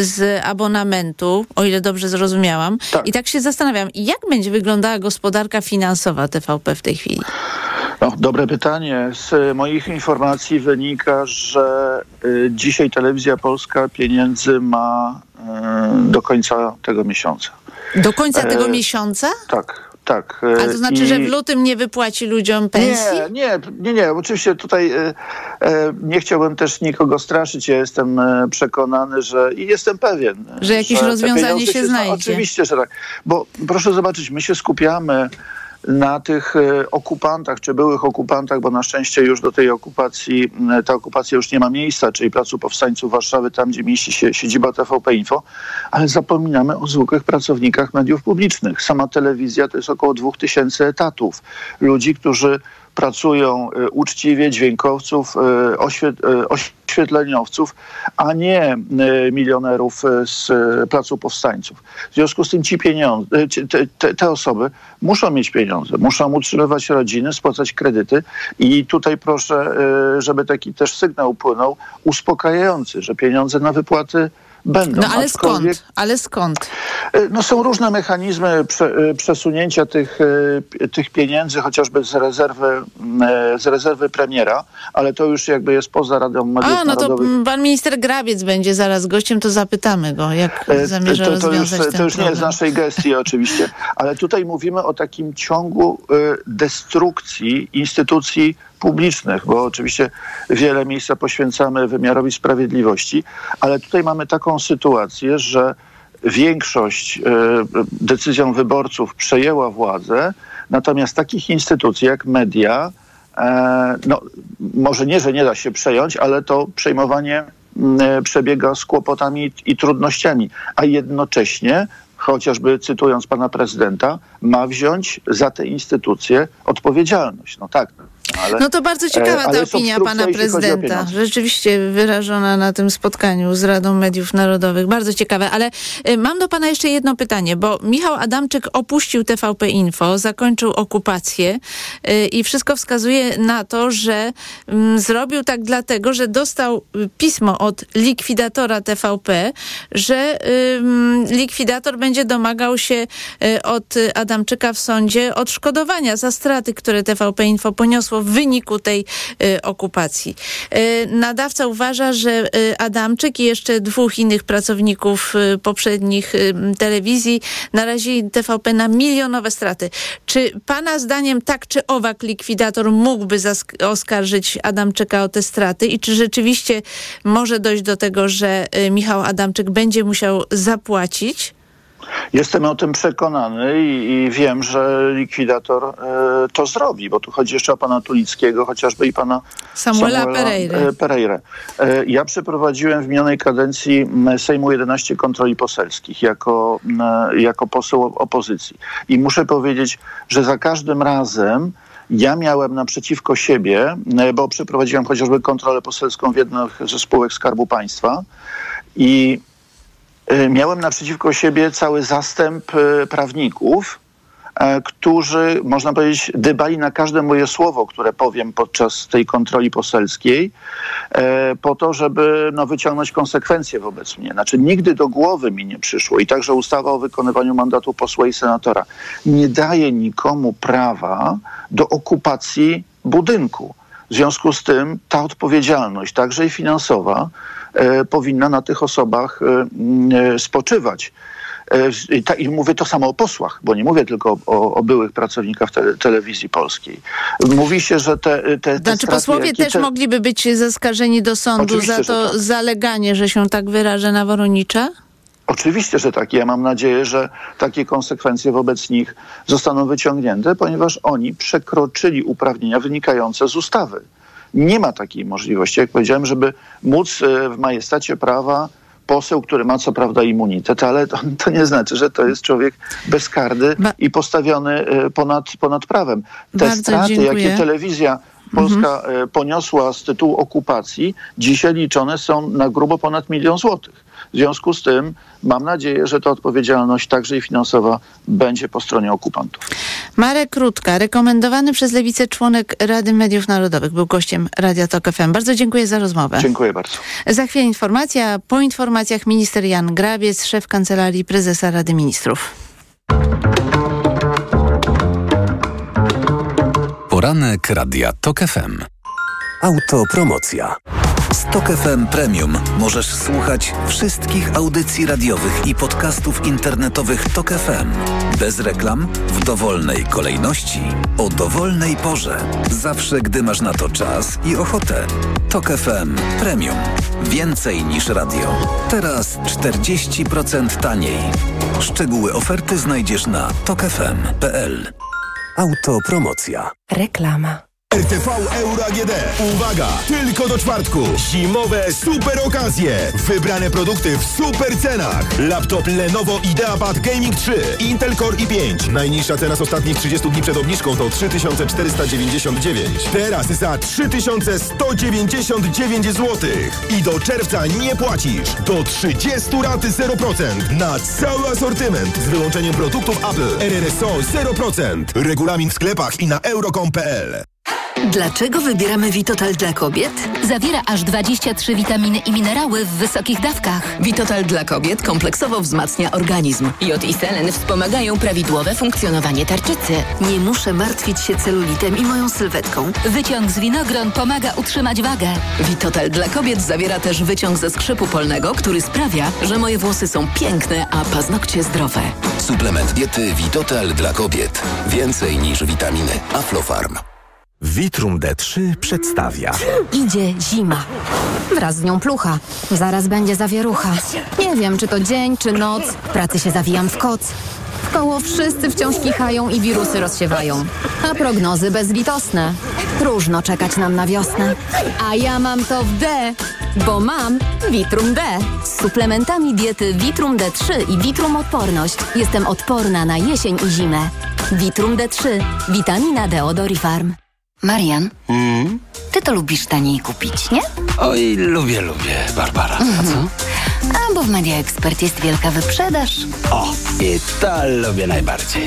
z abonamentu, o ile dobrze zrozumiałam. Tak. I tak się zastanawiam, jak będzie wyglądała gospodarka finansowa T V P w tej chwili? No, dobre pytanie. Z moich informacji wynika, że y, dzisiaj Telewizja Polska pieniędzy ma y, do końca tego miesiąca. Do końca tego e, miesiąca? Tak. Tak. A to znaczy, I... że w lutym nie wypłaci ludziom pensji? Nie, nie, nie, nie. Oczywiście tutaj e, e, nie chciałbym też nikogo straszyć. Ja jestem e, przekonany, że i jestem pewien, że jakieś że rozwiązanie się, się znajdzie. Oczywiście, że tak. Bo proszę zobaczyć, my się skupiamy na tych e, okupantach, czy byłych okupantach, bo na szczęście już do tej okupacji, e, ta okupacja już nie ma miejsca, czyli Placu Powstańców Warszawy, tam gdzie mieści się siedziba T V P Info, ale zapominamy o zwykłych pracownikach mediów publicznych. Sama telewizja to jest około dwóch tysięcy etatów. Ludzi, którzy pracują y, uczciwie, dźwiękowców, y, oświet, y, oświetleniowców, a nie y, milionerów y, z y, Placu Powstańców. W związku z tym ci pieniądze, y, te, te, te osoby muszą mieć pieniądze, muszą utrzymywać rodziny, spłacać kredyty i tutaj proszę, y, żeby taki też sygnał płynął uspokajający, że pieniądze na wypłaty będą. No ale skąd? Ale skąd? No są różne mechanizmy prze, przesunięcia tych, tych pieniędzy, chociażby z rezerwy, z rezerwy premiera, ale to już jakby jest poza Radą Mediów A, no Narodowych. to pan minister Grabiec będzie zaraz gościem, to zapytamy go, jak zamierza to, to rozwiązać już, ten To już problem. nie z naszej gestii oczywiście, ale tutaj mówimy o takim ciągu destrukcji instytucji publicznych, bo oczywiście wiele miejsca poświęcamy wymiarowi sprawiedliwości, ale tutaj mamy taką sytuację, że większość y, decyzją wyborców przejęła władzę, natomiast takich instytucji jak media, e, no może nie, że nie da się przejąć, ale to przejmowanie y, przebiega z kłopotami i trudnościami, a jednocześnie, chociażby cytując pana prezydenta, ma wziąć za te instytucje odpowiedzialność. No tak. Ale, no to bardzo ciekawa ta opinia pana prezydenta. Rzeczywiście wyrażona na tym spotkaniu z Radą Mediów Narodowych. Bardzo ciekawe, ale y, mam do pana jeszcze jedno pytanie, bo Michał Adamczyk opuścił T V P Info, zakończył okupację y, i wszystko wskazuje na to, że y, zrobił tak dlatego, że dostał pismo od likwidatora T V P, że y, likwidator będzie domagał się y, od Adamczyka w sądzie odszkodowania za straty, które T V P Info poniosło w wyniku tej y, okupacji. Y, nadawca uważa, że y, Adamczyk i jeszcze dwóch innych pracowników y, poprzednich y, telewizji narazili T V P na milionowe straty. Czy pana zdaniem tak czy owak likwidator mógłby zask- oskarżyć Adamczyka o te straty i czy rzeczywiście może dojść do tego, że y, Michał Adamczyk będzie musiał zapłacić? Jestem o tym przekonany i, i wiem, że likwidator e, to zrobi, bo tu chodzi jeszcze o pana Tulickiego, chociażby i pana Samuela, Samuela Pereira. Pereira. E, ja przeprowadziłem w minionej kadencji Sejmu jedenaście kontroli poselskich jako, e, jako poseł opozycji. I muszę powiedzieć, że za każdym razem ja miałem naprzeciwko siebie, e, bo przeprowadziłem chociażby kontrolę poselską w jednych ze spółek Skarbu Państwa i miałem naprzeciwko siebie cały zastęp prawników, którzy, można powiedzieć, dbali na każde moje słowo, które powiem podczas tej kontroli poselskiej, po to, żeby no, wyciągnąć konsekwencje wobec mnie. Znaczy nigdy do głowy mi nie przyszło i także ustawa o wykonywaniu mandatu posła i senatora nie daje nikomu prawa do okupacji budynku. W związku z tym ta odpowiedzialność, także i finansowa, e, powinna na tych osobach e, e, spoczywać. E, i, ta, I mówię to samo o posłach, bo nie mówię tylko o, o byłych pracownikach te, telewizji polskiej. Mówi się, że te, te, te Znaczy straty, posłowie też te... mogliby być zaskarżeni do sądu Oczywiście, za to tak. zaleganie, że się tak wyrażę, na Woronicza? Oczywiście, że tak. Ja mam nadzieję, że takie konsekwencje wobec nich zostaną wyciągnięte, ponieważ oni przekroczyli uprawnienia wynikające z ustawy. nie ma takiej możliwości, jak powiedziałem, żeby móc w majestacie prawa poseł, który ma co prawda immunitet, ale to, to nie znaczy, że to jest człowiek bezkarny ba- i postawiony ponad, ponad prawem. Te Bardzo straty, dziękuję. jakie telewizja Polska mhm. poniosła z tytułu okupacji, dzisiaj liczone są na grubo ponad milion złotych. W związku z tym mam nadzieję, że ta odpowiedzialność także i finansowa będzie po stronie okupantów. Marek Rutka, rekomendowany przez Lewicę członek Rady Mediów Narodowych, był gościem Radia Tok F M. Bardzo dziękuję za rozmowę. Dziękuję bardzo. Za chwilę informacja. Po informacjach minister Jan Grabiec, szef Kancelarii Prezesa Rady Ministrów. Poranek Radia Tok F M. Autopromocja. Z Tok F M Premium możesz słuchać wszystkich audycji radiowych i podcastów internetowych Tok F M. Bez reklam, w dowolnej kolejności, o dowolnej porze. Zawsze, gdy masz na to czas i ochotę. Tok F M Premium. Więcej niż radio. Teraz czterdzieści procent taniej. Szczegóły oferty znajdziesz na tok f m kropka p l. Autopromocja. Reklama. R T V Euro A G D. Uwaga! Tylko do czwartku. Zimowe super okazje. Wybrane produkty w super cenach. Laptop Lenovo IdeaPad Gaming trzy. Intel Core i pięć. Najniższa cena z ostatnich trzydziestu dni przed obniżką to trzy tysiące czterysta dziewięćdziesiąt dziewięć. Teraz za trzy tysiące sto dziewięćdziesiąt dziewięć złotych. I do czerwca nie płacisz. Do trzydziestu rat zero procent. Na cały asortyment. Z wyłączeniem produktów Apple. R R S O zero procent. Regulamin w sklepach i na euro kropka com kropka p l. Dlaczego wybieramy Vitotal dla kobiet? Zawiera aż dwadzieścia trzy witaminy i minerały w wysokich dawkach. Vitotal dla kobiet kompleksowo wzmacnia organizm. Jod i selen wspomagają prawidłowe funkcjonowanie tarczycy. Nie muszę martwić się celulitem i moją sylwetką. Wyciąg z winogron pomaga utrzymać wagę. Vitotal dla kobiet zawiera też wyciąg ze skrzypu polnego, który sprawia, że moje włosy są piękne, a paznokcie zdrowe. Suplement diety Vitotal dla kobiet. Więcej niż witaminy. Aflofarm. Vitrum D trzy przedstawia. Idzie zima. Wraz z nią plucha. Zaraz będzie zawierucha. Nie wiem, czy to dzień, czy noc. W pracy się zawijam w koc. Wkoło wszyscy wciąż kichają i wirusy rozsiewają. A prognozy bezlitosne. Próżno czekać nam na wiosnę. A ja mam to w D, bo mam Vitrum D. Z suplementami diety Vitrum D trzy i Vitrum Odporność jestem odporna na jesień i zimę. Vitrum D trzy. Witamina D od Orifarm. Marian, Mm? ty to lubisz taniej kupić, nie? Oj, lubię, lubię, Barbara. A co? A bo w Media Expert jest wielka wyprzedaż. O, i to lubię najbardziej.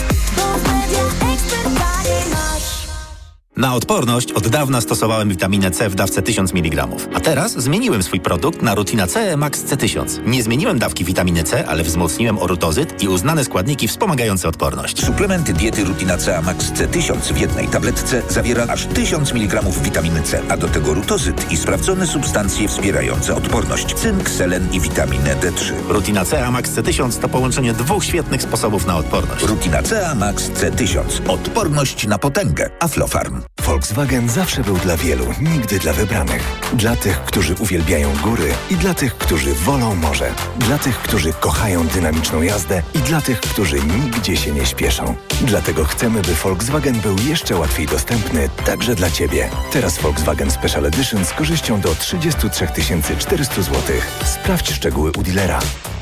Na odporność od dawna stosowałem witaminę C w dawce tysiąc miligramów. A teraz zmieniłem swój produkt na Rutina C Max C tysiąc. Nie zmieniłem dawki witaminy C, ale wzmocniłem orutozyt i uznane składniki wspomagające odporność. Suplementy diety Rutina C Max C tysiąc w jednej tabletce zawiera aż tysiąc miligramów witaminy C, a do tego rutozyt i sprawdzone substancje wspierające odporność. Cynk, selen i witaminę D trzy. Rutina C Max C tysiąc to połączenie dwóch świetnych sposobów na odporność. Rutina C Max C tysiąc. Odporność na potęgę. Aflofarm. Volkswagen zawsze był dla wielu, nigdy dla wybranych. Dla tych, którzy uwielbiają góry i dla tych, którzy wolą morze. Dla tych, którzy kochają dynamiczną jazdę i dla tych, którzy nigdzie się nie śpieszą. Dlatego chcemy, by Volkswagen był jeszcze łatwiej dostępny także dla Ciebie. Teraz Volkswagen Special Edition z korzyścią do trzydzieści trzy tysiące czterysta złotych. Sprawdź szczegóły u dealera.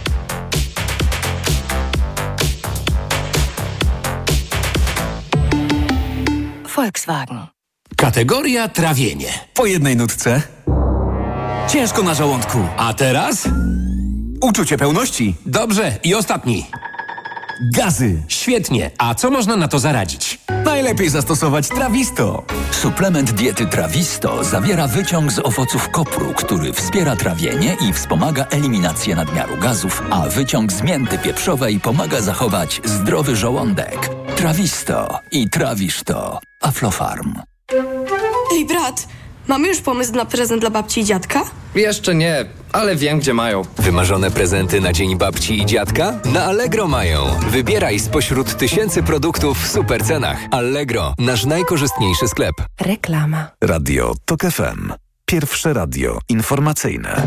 Volkswagen. Kategoria trawienie. Po jednej nutce. Ciężko na żołądku. A teraz? Uczucie pełności. Dobrze, i ostatni. Gazy. Świetnie. A co można na to zaradzić? Najlepiej zastosować Trawisto. Suplement diety Trawisto zawiera wyciąg z owoców kopru, który wspiera trawienie i wspomaga eliminację nadmiaru gazów, a wyciąg z mięty pieprzowej pomaga zachować zdrowy żołądek. Trawisto i trawisz to. Aflofarm. Ej, brat, mamy już pomysł na prezent dla babci i dziadka? Jeszcze nie, ale wiem, gdzie mają. Wymarzone prezenty na Dzień Babci i Dziadka? Na Allegro mają. Wybieraj spośród tysięcy produktów w super cenach. Allegro, nasz najkorzystniejszy sklep. Reklama. Radio Tok F M. Pierwsze radio informacyjne.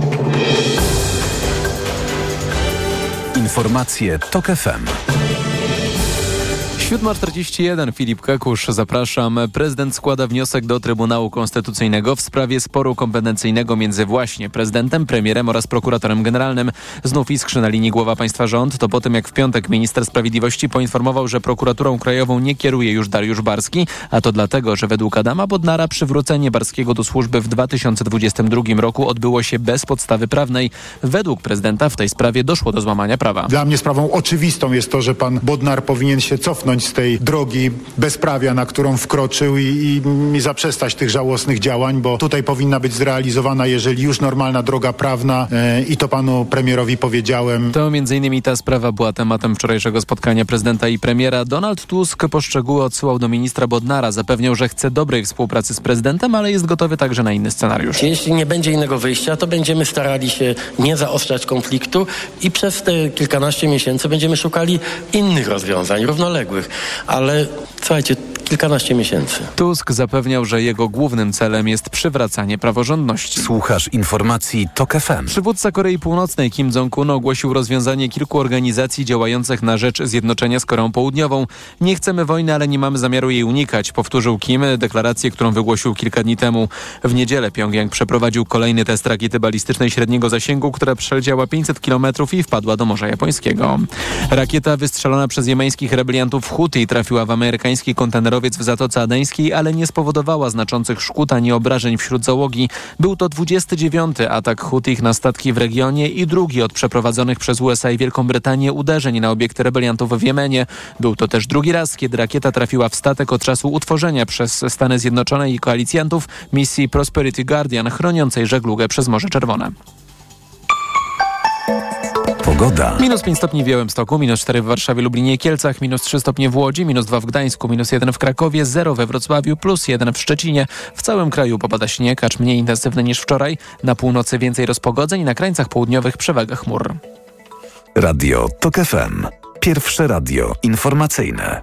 Informacje Tok F M. siódma czterdzieści jeden, Filip Kakusz, zapraszam. Prezydent składa wniosek do Trybunału Konstytucyjnego w sprawie sporu kompetencyjnego między właśnie prezydentem, premierem oraz prokuratorem generalnym. Znów iskrzy na linii głowa państwa rząd. To po tym, jak w piątek minister sprawiedliwości poinformował, że prokuraturą krajową nie kieruje już Dariusz Barski, a to dlatego, że według Adama Bodnara przywrócenie Barskiego do służby w dwa tysiące dwudziestym drugim roku odbyło się bez podstawy prawnej. Według prezydenta w tej sprawie doszło do złamania prawa. Dla mnie sprawą oczywistą jest to, że pan Bodnar powinien się cofnąć z tej drogi bezprawia, na którą wkroczył i, i, i zaprzestać tych żałosnych działań, bo tutaj powinna być zrealizowana, jeżeli już normalna droga prawna e, i to panu premierowi powiedziałem. To między innymi ta sprawa była tematem wczorajszego spotkania prezydenta i premiera. Donald Tusk po szczegóły odsyłał do ministra Bodnara. Zapewniał, że chce dobrej współpracy z prezydentem, ale jest gotowy także na inny scenariusz. Jeśli nie będzie innego wyjścia, to będziemy starali się nie zaostrzać konfliktu i przez te kilkanaście miesięcy będziemy szukali innych rozwiązań, równoległych. Ale słuchajcie, kilkanaście miesięcy. Tusk zapewniał, że jego głównym celem jest przywracanie praworządności. Słuchasz informacji TOK F M. Przywódca Korei Północnej Kim Jong-un ogłosił rozwiązanie kilku organizacji działających na rzecz zjednoczenia z Koreą Południową. Nie chcemy wojny, ale nie mamy zamiaru jej unikać, powtórzył Kim deklarację, którą wygłosił kilka dni temu. W niedzielę Pjongjang przeprowadził kolejny test rakiety balistycznej średniego zasięgu, która przeleciała pięćset kilometrów i wpadła do Morza Japońskiego. Rakieta wystrzelona przez jemeńskich rebeliantów Huti trafiła w amerykański kontenerowiec w Zatoce Adeńskiej, ale nie spowodowała znaczących szkód ani obrażeń wśród załogi. Był to dwudziesty dziewiąty atak Hutich na statki w regionie i drugi od przeprowadzonych przez U S A i Wielką Brytanię uderzeń na obiekty rebeliantów w Jemenie. Był to też drugi raz, kiedy rakieta trafiła w statek od czasu utworzenia przez Stany Zjednoczone i koalicjantów misji Prosperity Guardian chroniącej żeglugę przez Morze Czerwone. Pogoda. Minus pięć stopni w Białymstoku, minus cztery w Warszawie, Lublinie i Kielcach, minus trzy stopnie w Łodzi, minus dwa w Gdańsku, minus jeden w Krakowie, zero we Wrocławiu, plus jeden w Szczecinie. W całym kraju popada śnieg, acz mniej intensywny niż wczoraj. Na północy więcej rozpogodzeń, na krańcach południowych przewaga chmur. Radio TOK F M. Pierwsze radio informacyjne.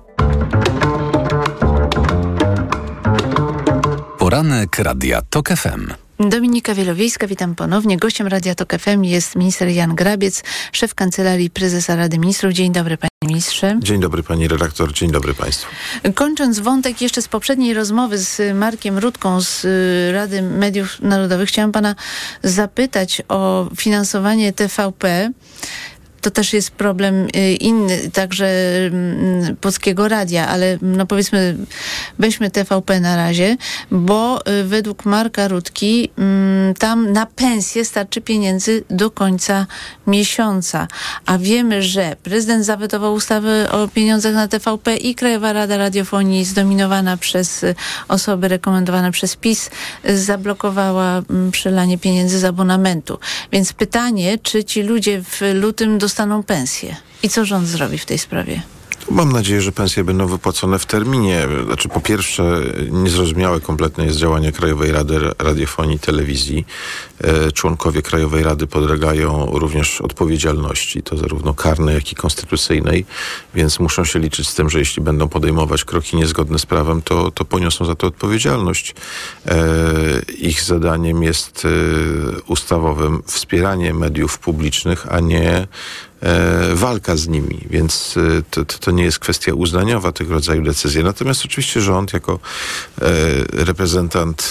Poranek Radia TOK F M. Dominika Wielowiejska, witam ponownie. Gościem Radia TOK F M jest minister Jan Grabiec, szef Kancelarii Prezesa Rady Ministrów. Dzień dobry, panie ministrze. Dzień dobry, pani redaktor. Dzień dobry państwu. Kończąc wątek jeszcze z poprzedniej rozmowy z Markiem Rutką z Rady Mediów Narodowych, chciałam pana zapytać o finansowanie T V P. To też jest problem inny, także Polskiego Radia, ale no powiedzmy, weźmy T V P na razie, bo według Marka Rutki tam na pensję starczy pieniędzy do końca miesiąca. A wiemy, że prezydent zawetował ustawę o pieniądzach na T V P i Krajowa Rada Radiofonii, zdominowana przez osoby rekomendowane przez PiS, zablokowała przelanie pieniędzy z abonamentu. Więc pytanie, czy ci ludzie w lutym dostaną pensję? I co rząd zrobi w tej sprawie? Mam nadzieję, że pensje będą wypłacone w terminie. Znaczy, po pierwsze, niezrozumiałe kompletnie jest działanie Krajowej Rady Radiofonii i Telewizji. E, członkowie Krajowej Rady podlegają również odpowiedzialności, to zarówno karnej, jak i konstytucyjnej, więc muszą się liczyć z tym, że jeśli będą podejmować kroki niezgodne z prawem, to, to poniosą za to odpowiedzialność. E, ich zadaniem jest e, ustawowym wspieranie mediów publicznych, a nie E, walka z nimi, więc e, to, to nie jest kwestia uznaniowa tego rodzaju decyzji. Natomiast oczywiście rząd jako e, reprezentant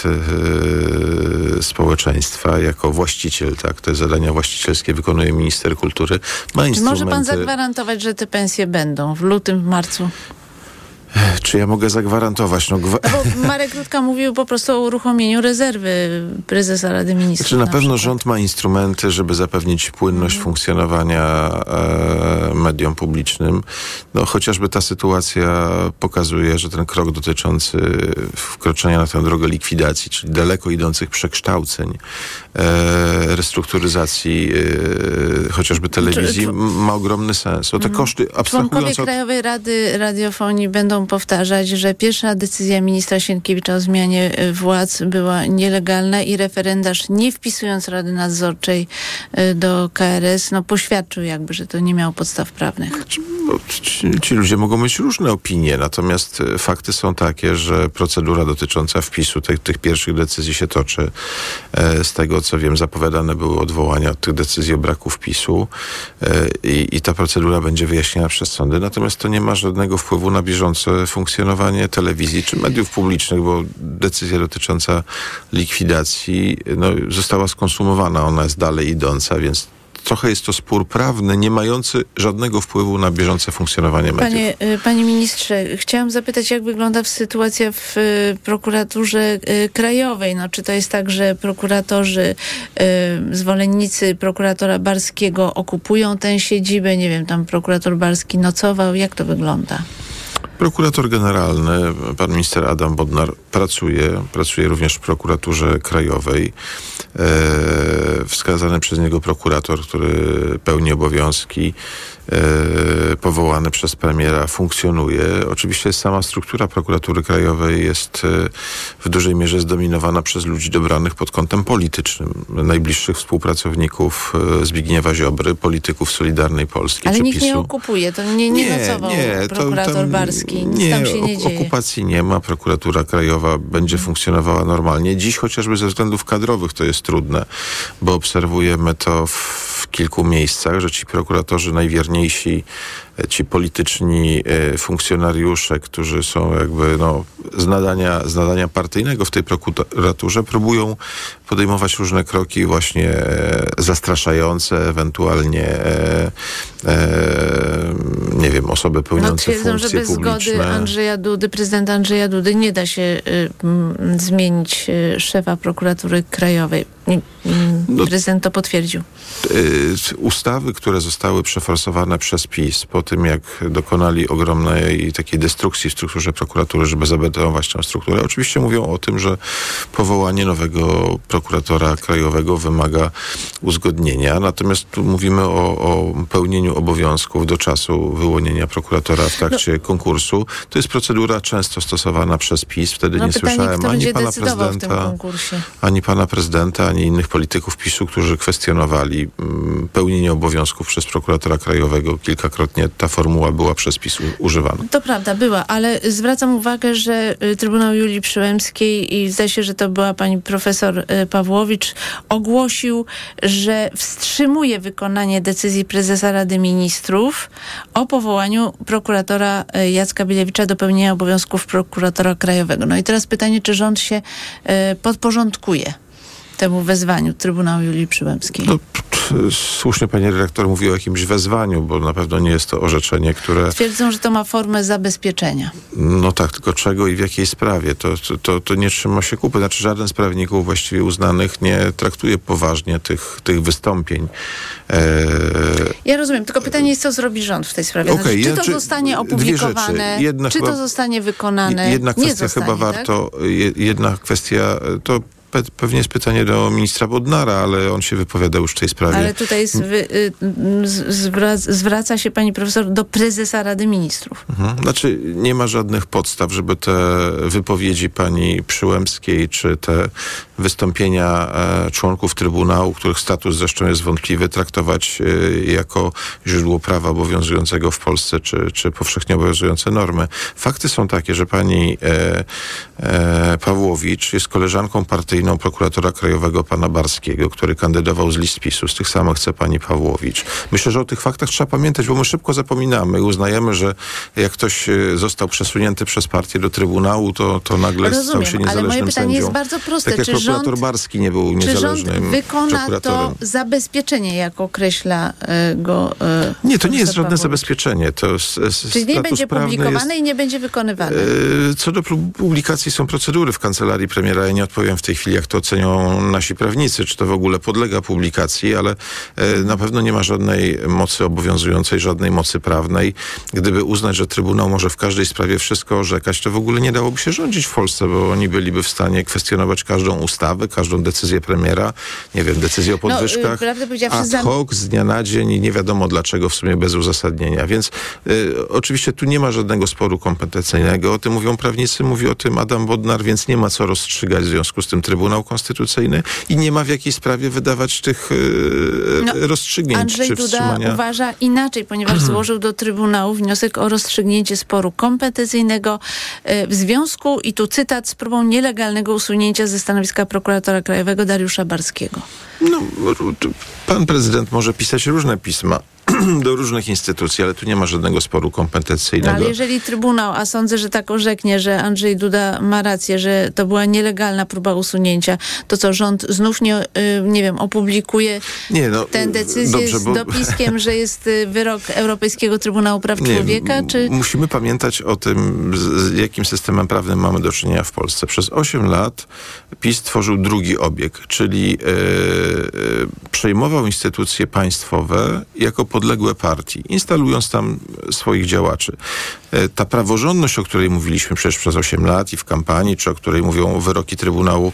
e, społeczeństwa, jako właściciel, tak, te zadania właścicielskie wykonuje minister kultury, ma Czy instrumenty... może pan zagwarantować, że te pensje będą w lutym, w marcu? Czy ja mogę zagwarantować? No, gwa... Bo Marek Rutka mówił po prostu o uruchomieniu rezerwy prezesa Rady Ministrów. Znaczy, na, na pewno przykład. Rząd ma instrumenty, żeby zapewnić płynność mm. funkcjonowania e, mediom publicznym. No, chociażby ta sytuacja pokazuje, że ten krok dotyczący wkroczenia na tę drogę likwidacji, czyli daleko idących przekształceń, e, restrukturyzacji e, chociażby telewizji, czy, czy, ma ogromny sens. O te koszty, abstrahując Członkowie od... Krajowej Rady Radiofonii będą będą powtarzać, że pierwsza decyzja ministra Sienkiewicza o zmianie władz była nielegalna i referendarz, nie wpisując Rady Nadzorczej do K R S, no poświadczył jakby, że to nie miało podstaw prawnych. Ci, ci ludzie mogą mieć różne opinie, natomiast fakty są takie, że procedura dotycząca wpisu tych, tych pierwszych decyzji się toczy. Z tego, co wiem, zapowiadane były odwołania od tych decyzji o braku wpisu i, i ta procedura będzie wyjaśniana przez sądy. Natomiast to nie ma żadnego wpływu na bieżące funkcjonowanie telewizji czy mediów publicznych, bo decyzja dotycząca likwidacji no, została skonsumowana. Ona jest dalej idąca, więc trochę jest to spór prawny, nie mający żadnego wpływu na bieżące funkcjonowanie mediów. Panie, panie ministrze, chciałam zapytać, jak wygląda sytuacja w prokuraturze krajowej. No, czy to jest tak, że prokuratorzy, zwolennicy prokuratora Barskiego okupują tę siedzibę? Nie wiem, tam prokurator Barski nocował. Jak to wygląda? Prokurator generalny, pan minister Adam Bodnar pracuje, pracuje również w prokuraturze krajowej. E, wskazany przez niego prokurator, który pełni obowiązki, e, powołany przez premiera, funkcjonuje. Oczywiście sama struktura prokuratury krajowej jest e, w dużej mierze zdominowana przez ludzi dobranych pod kątem politycznym. Najbliższych współpracowników e, Zbigniewa Ziobry, polityków Solidarnej Polski Ale czy nikt PiSu. nie okupuje, to nie, nie, nie nocował nie, prokurator to, tam, Barski, nic nie, tam się nie ok- dzieje. Okupacji nie ma, prokuratura krajowa będzie funkcjonowała normalnie. Dziś chociażby ze względów kadrowych to jest trudne, bo obserwujemy to w kilku miejscach, że ci prokuratorzy najwierniejsi, ci polityczni funkcjonariusze, którzy są jakby no, z, nadania, z nadania partyjnego w tej prokuraturze, próbują podejmować różne kroki właśnie zastraszające, ewentualnie e, e, nie wiem, osoby pełniące no, twierdzą, funkcje że bez publiczne. zgody Andrzeja Dudy, prezydenta Andrzeja Dudy nie da się y, y, zmienić y, szefa prokuratury krajowej. Y, y, no, prezydent to potwierdził. Y, ustawy, które zostały przeforsowane przez PiS po tym, jak dokonali ogromnej takiej destrukcji w strukturze prokuratury, żeby zabetonować tę strukturę, oczywiście mówią o tym, że powołanie nowego prokuratora krajowego wymaga uzgodnienia. Natomiast tu mówimy o, o pełnieniu obowiązków do czasu wyłonienia prokuratora w trakcie no. konkursu. To jest procedura często stosowana przez PiS. Wtedy no, nie pytanie, słyszałem ani pana prezydenta, ani pana prezydenta, ani innych polityków PiSu, którzy kwestionowali mm, pełnienie obowiązków przez prokuratora krajowego. Kilkakrotnie ta formuła była przez PiS używana. To prawda, była, ale zwracam uwagę, że Trybunał Julii Przyłębskiej i zdaje się, że to była pani profesor Pawłowicz, ogłosił, że wstrzymuje wykonanie decyzji prezesa Rady Ministrów o powołaniu prokuratora Jacka Bilewicza do pełnienia obowiązków prokuratora krajowego. No i teraz pytanie, czy rząd się podporządkuje temu wezwaniu Trybunału Julii Przyłębskiej? No, słusznie pani redaktor mówi o jakimś wezwaniu, bo na pewno nie jest to orzeczenie, które... Twierdzą, że to ma formę zabezpieczenia. No tak, tylko czego i w jakiej sprawie? To, to, to, to nie trzyma się kupy. Znaczy żaden z prawników właściwie uznanych nie traktuje poważnie tych, tych wystąpień. Eee... Ja rozumiem, tylko pytanie jest, co zrobi rząd w tej sprawie. Okay, znaczy, czy ja, to czy, zostanie opublikowane, jedna czy chyba, to zostanie wykonane? Jedna kwestia nie zostanie, chyba tak? warto, jedna kwestia to pewnie jest pytanie do ministra Bodnara, ale on się wypowiada już w tej sprawie. Ale tutaj jest, wy, zwraca, zwraca się pani profesor do prezesa Rady Ministrów. Mhm. Znaczy nie ma żadnych podstaw, żeby te wypowiedzi pani Przyłębskiej, czy te wystąpienia e, członków Trybunału, których status zresztą jest wątpliwy, traktować e, jako źródło prawa obowiązującego w Polsce, czy, czy powszechnie obowiązujące normy. Fakty są takie, że pani e, e, Pawłowicz jest koleżanką partyjną prokuratora krajowego pana Barskiego, który kandydował z list PiSu. Z tych samych chce pani Pawłowicz. Myślę, że o tych faktach trzeba pamiętać, bo my szybko zapominamy i uznajemy, że jak ktoś został przesunięty przez partię do Trybunału, to, to nagle Rozumiem, stał się niezależnym ale moje pytanie sędzią. jest bardzo proste. Tak jak czy prokurator rząd, Barski nie był niezależnym Czy rząd wykona prokuratorem. to zabezpieczenie, jak określa y, go y, Nie, to nie jest żadne Pawłowicz. zabezpieczenie. To jest, Czyli nie będzie publikowane jest, i nie będzie wykonywane. Yy, co do publikacji są procedury w kancelarii premiera. Ja nie odpowiem w tej chwili, jak to ocenią nasi prawnicy, czy to w ogóle podlega publikacji, ale na pewno nie ma żadnej mocy obowiązującej, żadnej mocy prawnej. Gdyby uznać, że Trybunał może w każdej sprawie wszystko orzekać, to w ogóle nie dałoby się rządzić w Polsce, bo oni byliby w stanie kwestionować każdą ustawę, każdą decyzję premiera, nie wiem, decyzję o podwyżkach, no, ad hoc, z dnia na dzień i nie wiadomo dlaczego, w sumie bez uzasadnienia. Więc y, oczywiście tu nie ma żadnego sporu kompetencyjnego. O tym mówią prawnicy, mówi o tym Adam Bodnar, więc nie ma co rozstrzygać w związku z tym Trybunał Konstytucyjny i nie ma w jakiej sprawie wydawać tych y, no, rozstrzygnięć Andrzej czy Duda wstrzymania. uważa inaczej, ponieważ złożył do Trybunału wniosek o rozstrzygnięcie sporu kompetencyjnego y, w związku, i tu cytat, z próbą nielegalnego usunięcia ze stanowiska prokuratora krajowego Dariusza Barskiego. No, pan prezydent może pisać różne pisma do różnych instytucji, ale tu nie ma żadnego sporu kompetencyjnego. No, ale jeżeli Trybunał, a sądzę, że tak orzeknie, że Andrzej Duda ma rację, że to była nielegalna próba usunięcia, to co, rząd znów nie, nie wiem, opublikuje nie, no, tę decyzję dobrze, z bo... dopiskiem, że jest wyrok Europejskiego Trybunału Praw nie, Człowieka? Czy... Musimy pamiętać o tym, z jakim systemem prawnym mamy do czynienia w Polsce. Przez osiem lat PiS tworzył drugi obieg, czyli yy, yy, przejmował instytucje państwowe jako podległe partii, instalując tam swoich działaczy. Ta praworządność, o której mówiliśmy przecież przez osiem lat i w kampanii, czy o której mówią wyroki Trybunału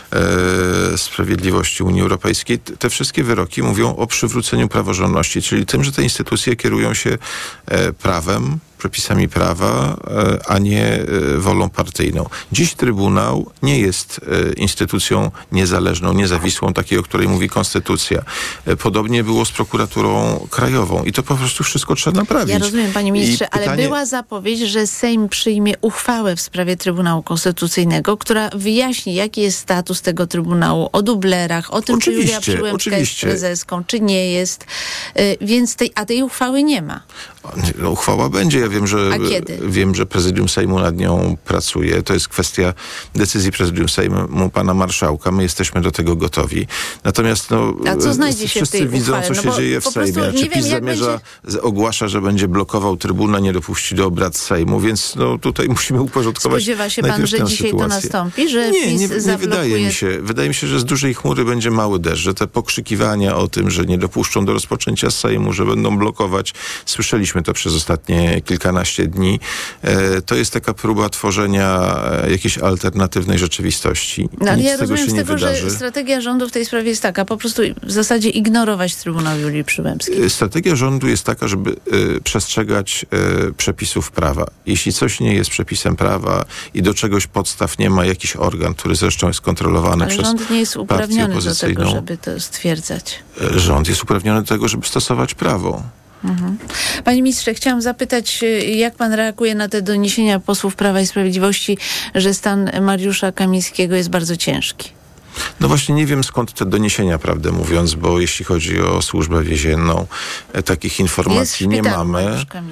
e, Sprawiedliwości Unii Europejskiej, te wszystkie wyroki mówią o przywróceniu praworządności, czyli tym, że te instytucje kierują się e, prawem, przepisami prawa, a nie wolą partyjną. Dziś Trybunał nie jest instytucją niezależną, niezawisłą, takiej, o której mówi Konstytucja. Podobnie było z prokuraturą krajową i to po prostu wszystko trzeba naprawić. Ja rozumiem, panie ministrze, pytanie... ale była zapowiedź, że Sejm przyjmie uchwałę w sprawie Trybunału Konstytucyjnego, która wyjaśni, jaki jest status tego Trybunału, o dublerach, o tym, oczywiście, czy Julia Przyłębska oczywiście. jest prezeską, czy nie jest. Więc tej, a tej uchwały nie ma. No, uchwała będzie. Ja wiem, że, wiem, że Prezydium Sejmu nad nią pracuje. To jest kwestia decyzji Prezydium Sejmu pana marszałka. My jesteśmy do tego gotowi. Natomiast no, a co znajdzie się wszyscy w tej widzą, uchwale? co się no dzieje w Sejmie. Czy PiS zamierza, będzie... ogłasza, że będzie blokował Trybunał, nie dopuści do obrad Sejmu, więc no, tutaj musimy uporządkować. Spodziewa się pan, że dzisiaj sytuację. to nastąpi? Że nie, PiS nie, nie zablokuje... wydaje mi się. Wydaje mi się, że z dużej chmury będzie mały deszcz, że te pokrzykiwania o tym, że nie dopuszczą do rozpoczęcia Sejmu, że będą blokować. Słyszeliśmy to przez ostatnie kilkanaście dni. To jest taka próba tworzenia jakiejś alternatywnej rzeczywistości. No, ale Nic ja z tego rozumiem się z nie tego, wydarzy. że strategia rządu w tej sprawie jest taka, po prostu w zasadzie ignorować Trybunał Julii Przyłębskiej. Strategia rządu jest taka, żeby y, przestrzegać y, przepisów prawa. Jeśli coś nie jest przepisem prawa i do czegoś podstaw nie ma jakiś organ, który zresztą jest kontrolowany ale przez rząd nie jest uprawniony do tego, żeby to stwierdzać. Rząd jest uprawniony do tego, żeby stosować prawo. Mhm. Panie ministrze, chciałam zapytać, jak pan reaguje na te doniesienia posłów Prawa i Sprawiedliwości, że stan Mariusza Kamińskiego jest bardzo ciężki? No właśnie nie wiem skąd te doniesienia, prawdę mówiąc, bo jeśli chodzi o służbę więzienną, e, takich informacji nie mamy.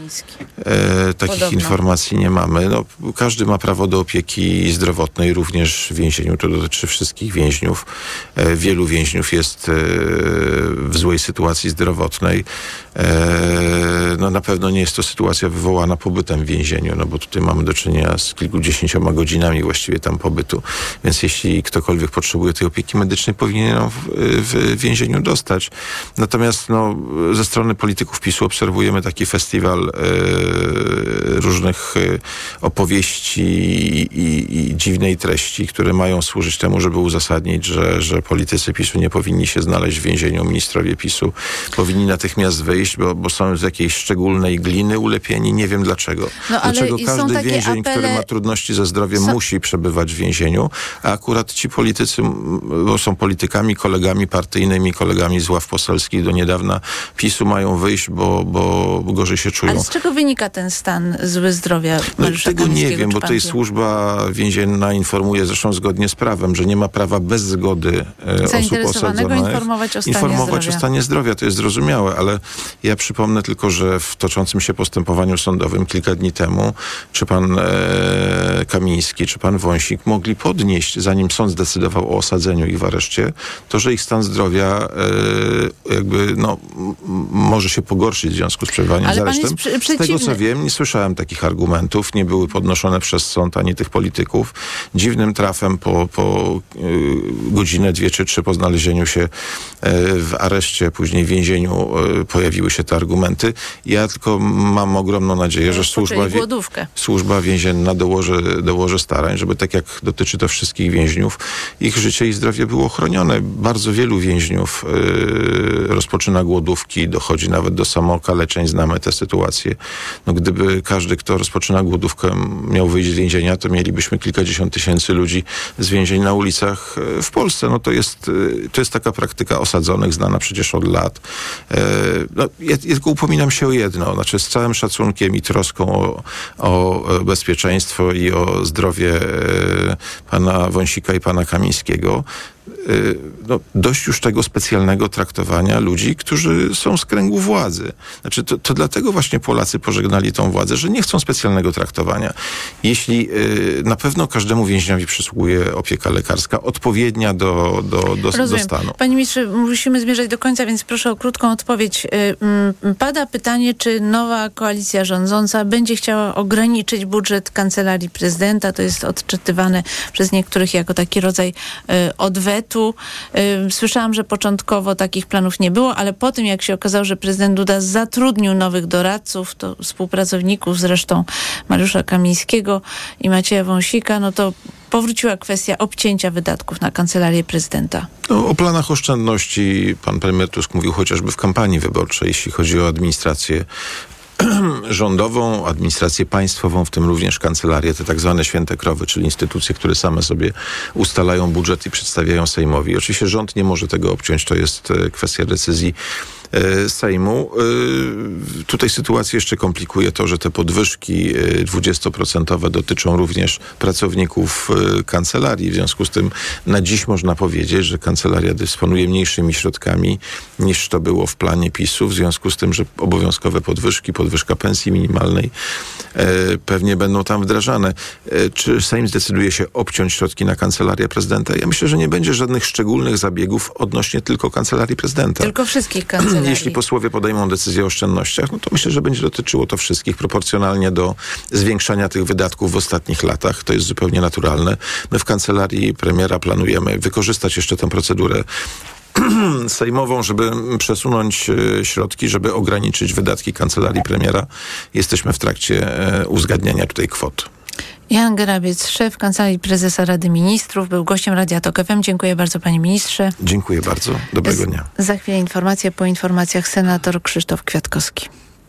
E, takich Podobno. informacji nie mamy. No, każdy ma prawo do opieki zdrowotnej, również w więzieniu. To dotyczy wszystkich więźniów. E, wielu więźniów jest e, w złej sytuacji zdrowotnej. E, no na pewno nie jest to sytuacja wywołana pobytem w więzieniu, no bo tutaj mamy do czynienia z kilkudziesięcioma godzinami właściwie tam pobytu. Więc jeśli ktokolwiek potrzebuje tej opieki medycznej, powinien ją w, w więzieniu dostać. Natomiast no, ze strony polityków PiSu obserwujemy taki festiwal e, różnych e, opowieści i, i, i dziwnej treści, które mają służyć temu, żeby uzasadnić, że, że politycy PiSu nie powinni się znaleźć w więzieniu. Ministrowie PiSu powinni natychmiast wyjść, bo, bo są z jakiejś szczególnej gliny ulepieni. Nie wiem dlaczego. No, dlaczego każdy więzień, apele... który ma trudności ze zdrowiem, są... musi przebywać w więzieniu, a akurat ci politycy, bo są politykami, kolegami partyjnymi, kolegami z ław poselskich do niedawna PiSu, mają wyjść, bo, bo gorzej się czują. Ale z czego wynika ten stan zły zdrowia Mariusza Tego nie wiem, bo tutaj wie? służba więzienna informuje, zresztą zgodnie z prawem, że nie ma prawa bez zgody e, osób osadzonych informować o stanie informować zdrowia. o stanie zdrowia. To jest zrozumiałe, ale ja przypomnę tylko, że w toczącym się postępowaniu sądowym kilka dni temu, czy pan e, Kamiński, czy pan Wąsik mogli podnieść, zanim sąd zdecydował o osadzeniu ich w areszcie, to, że ich stan zdrowia e, jakby no, m- może się pogorszyć w związku z przebywaniem Ale z pan aresztem. jest przy- Z tego, co wiem, nie słyszałem takich argumentów, nie były podnoszone przez sąd ani tych polityków. Dziwnym trafem po, po y, godzinę, dwie czy trzy po znalezieniu się y, w areszcie, później w więzieniu y, pojawiły się te argumenty. Ja tylko mam ogromną nadzieję, że służba, wie, służba więzienna dołoży, dołoży starań, żeby tak jak dotyczy to wszystkich więźniów, ich życie i zdrowie było chronione. Bardzo wielu więźniów y, rozpoczyna głodówki, dochodzi nawet do samookaleczeń, znamy te sytuacje. No, gdyby każdy, kto rozpoczyna głodówkę, miał wyjść z więzienia, to mielibyśmy kilkadziesiąt tysięcy ludzi z więzień na ulicach w Polsce. No to jest, to jest taka praktyka osadzonych, znana przecież od lat. No, ja, ja tylko upominam się o jedno, znaczy z całym szacunkiem i troską o, o bezpieczeństwo i o zdrowie pana Wąsika i pana Kamińskiego. No, dość już tego specjalnego traktowania ludzi, którzy są z kręgu władzy. Znaczy, to, to dlatego właśnie Polacy pożegnali tą władzę, że nie chcą specjalnego traktowania. Jeśli y, na pewno każdemu więźniowi przysługuje opieka lekarska odpowiednia do, do, do, do stanu. Panie ministrze, musimy zmierzać do końca, więc proszę o krótką odpowiedź. Pada pytanie, czy nowa koalicja rządząca będzie chciała ograniczyć budżet Kancelarii Prezydenta. To jest odczytywane przez niektórych jako taki rodzaj y, odwetu. Słyszałam, że początkowo takich planów nie było, ale po tym, jak się okazało, że prezydent Duda zatrudnił nowych doradców, to współpracowników, zresztą Mariusza Kamińskiego i Macieja Wąsika, no to powróciła kwestia obcięcia wydatków na Kancelarię Prezydenta. No, o planach oszczędności pan premier Tusk mówił chociażby w kampanii wyborczej, jeśli chodzi o administrację rządową, administrację państwową, w tym również kancelarię, te tak zwane święte krowy, czyli instytucje, które same sobie ustalają budżet i przedstawiają Sejmowi. Oczywiście rząd nie może tego obciąć, to jest kwestia decyzji Sejmu. Tutaj sytuację jeszcze komplikuje to, że te podwyżki dwudziestoprocentowe dotyczą również pracowników kancelarii. W związku z tym na dziś można powiedzieć, że kancelaria dysponuje mniejszymi środkami niż to było w planie PiSu. W związku z tym, że obowiązkowe podwyżki, podwyżka pensji minimalnej pewnie będą tam wdrażane. Czy Sejm zdecyduje się obciąć środki na Kancelarię Prezydenta? Ja myślę, że nie będzie żadnych szczególnych zabiegów odnośnie tylko Kancelarii Prezydenta. Tylko wszystkich kancelarii. Jeśli posłowie podejmą decyzję o oszczędnościach, no to myślę, że będzie dotyczyło to wszystkich proporcjonalnie do zwiększania tych wydatków w ostatnich latach. To jest zupełnie naturalne. My w Kancelarii Premiera planujemy wykorzystać jeszcze tę procedurę sejmową, żeby przesunąć środki, żeby ograniczyć wydatki Kancelarii Premiera. Jesteśmy w trakcie uzgadniania tutaj kwot. Jan Grabiec, szef Kancelarii Prezesa Rady Ministrów, był gościem Radia Tok F M. Dziękuję bardzo, panie ministrze. Dziękuję bardzo. Dobrego dnia. Z, za chwilę informacje, po informacjach senator Krzysztof Kwiatkowski.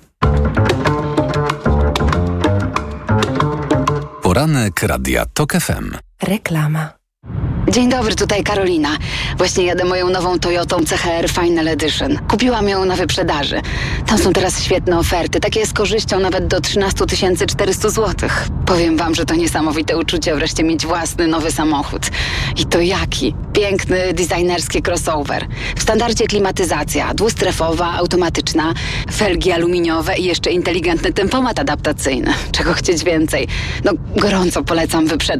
Poranek Radia Tok F M. Reklama. Dzień dobry, tutaj Karolina. Właśnie jadę moją nową Toyotą C H R Final Edition. Kupiłam ją na wyprzedaży. Tam są teraz świetne oferty, takie z korzyścią nawet do trzynaście tysięcy czterysta złotych. Powiem wam, że to niesamowite uczucie wreszcie mieć własny nowy samochód. I to jaki? Piękny, designerski crossover. W standardzie klimatyzacja, dwustrefowa, automatyczna, felgi aluminiowe i jeszcze inteligentny tempomat adaptacyjny. Czego chcieć więcej? No, gorąco polecam wyprzedaż.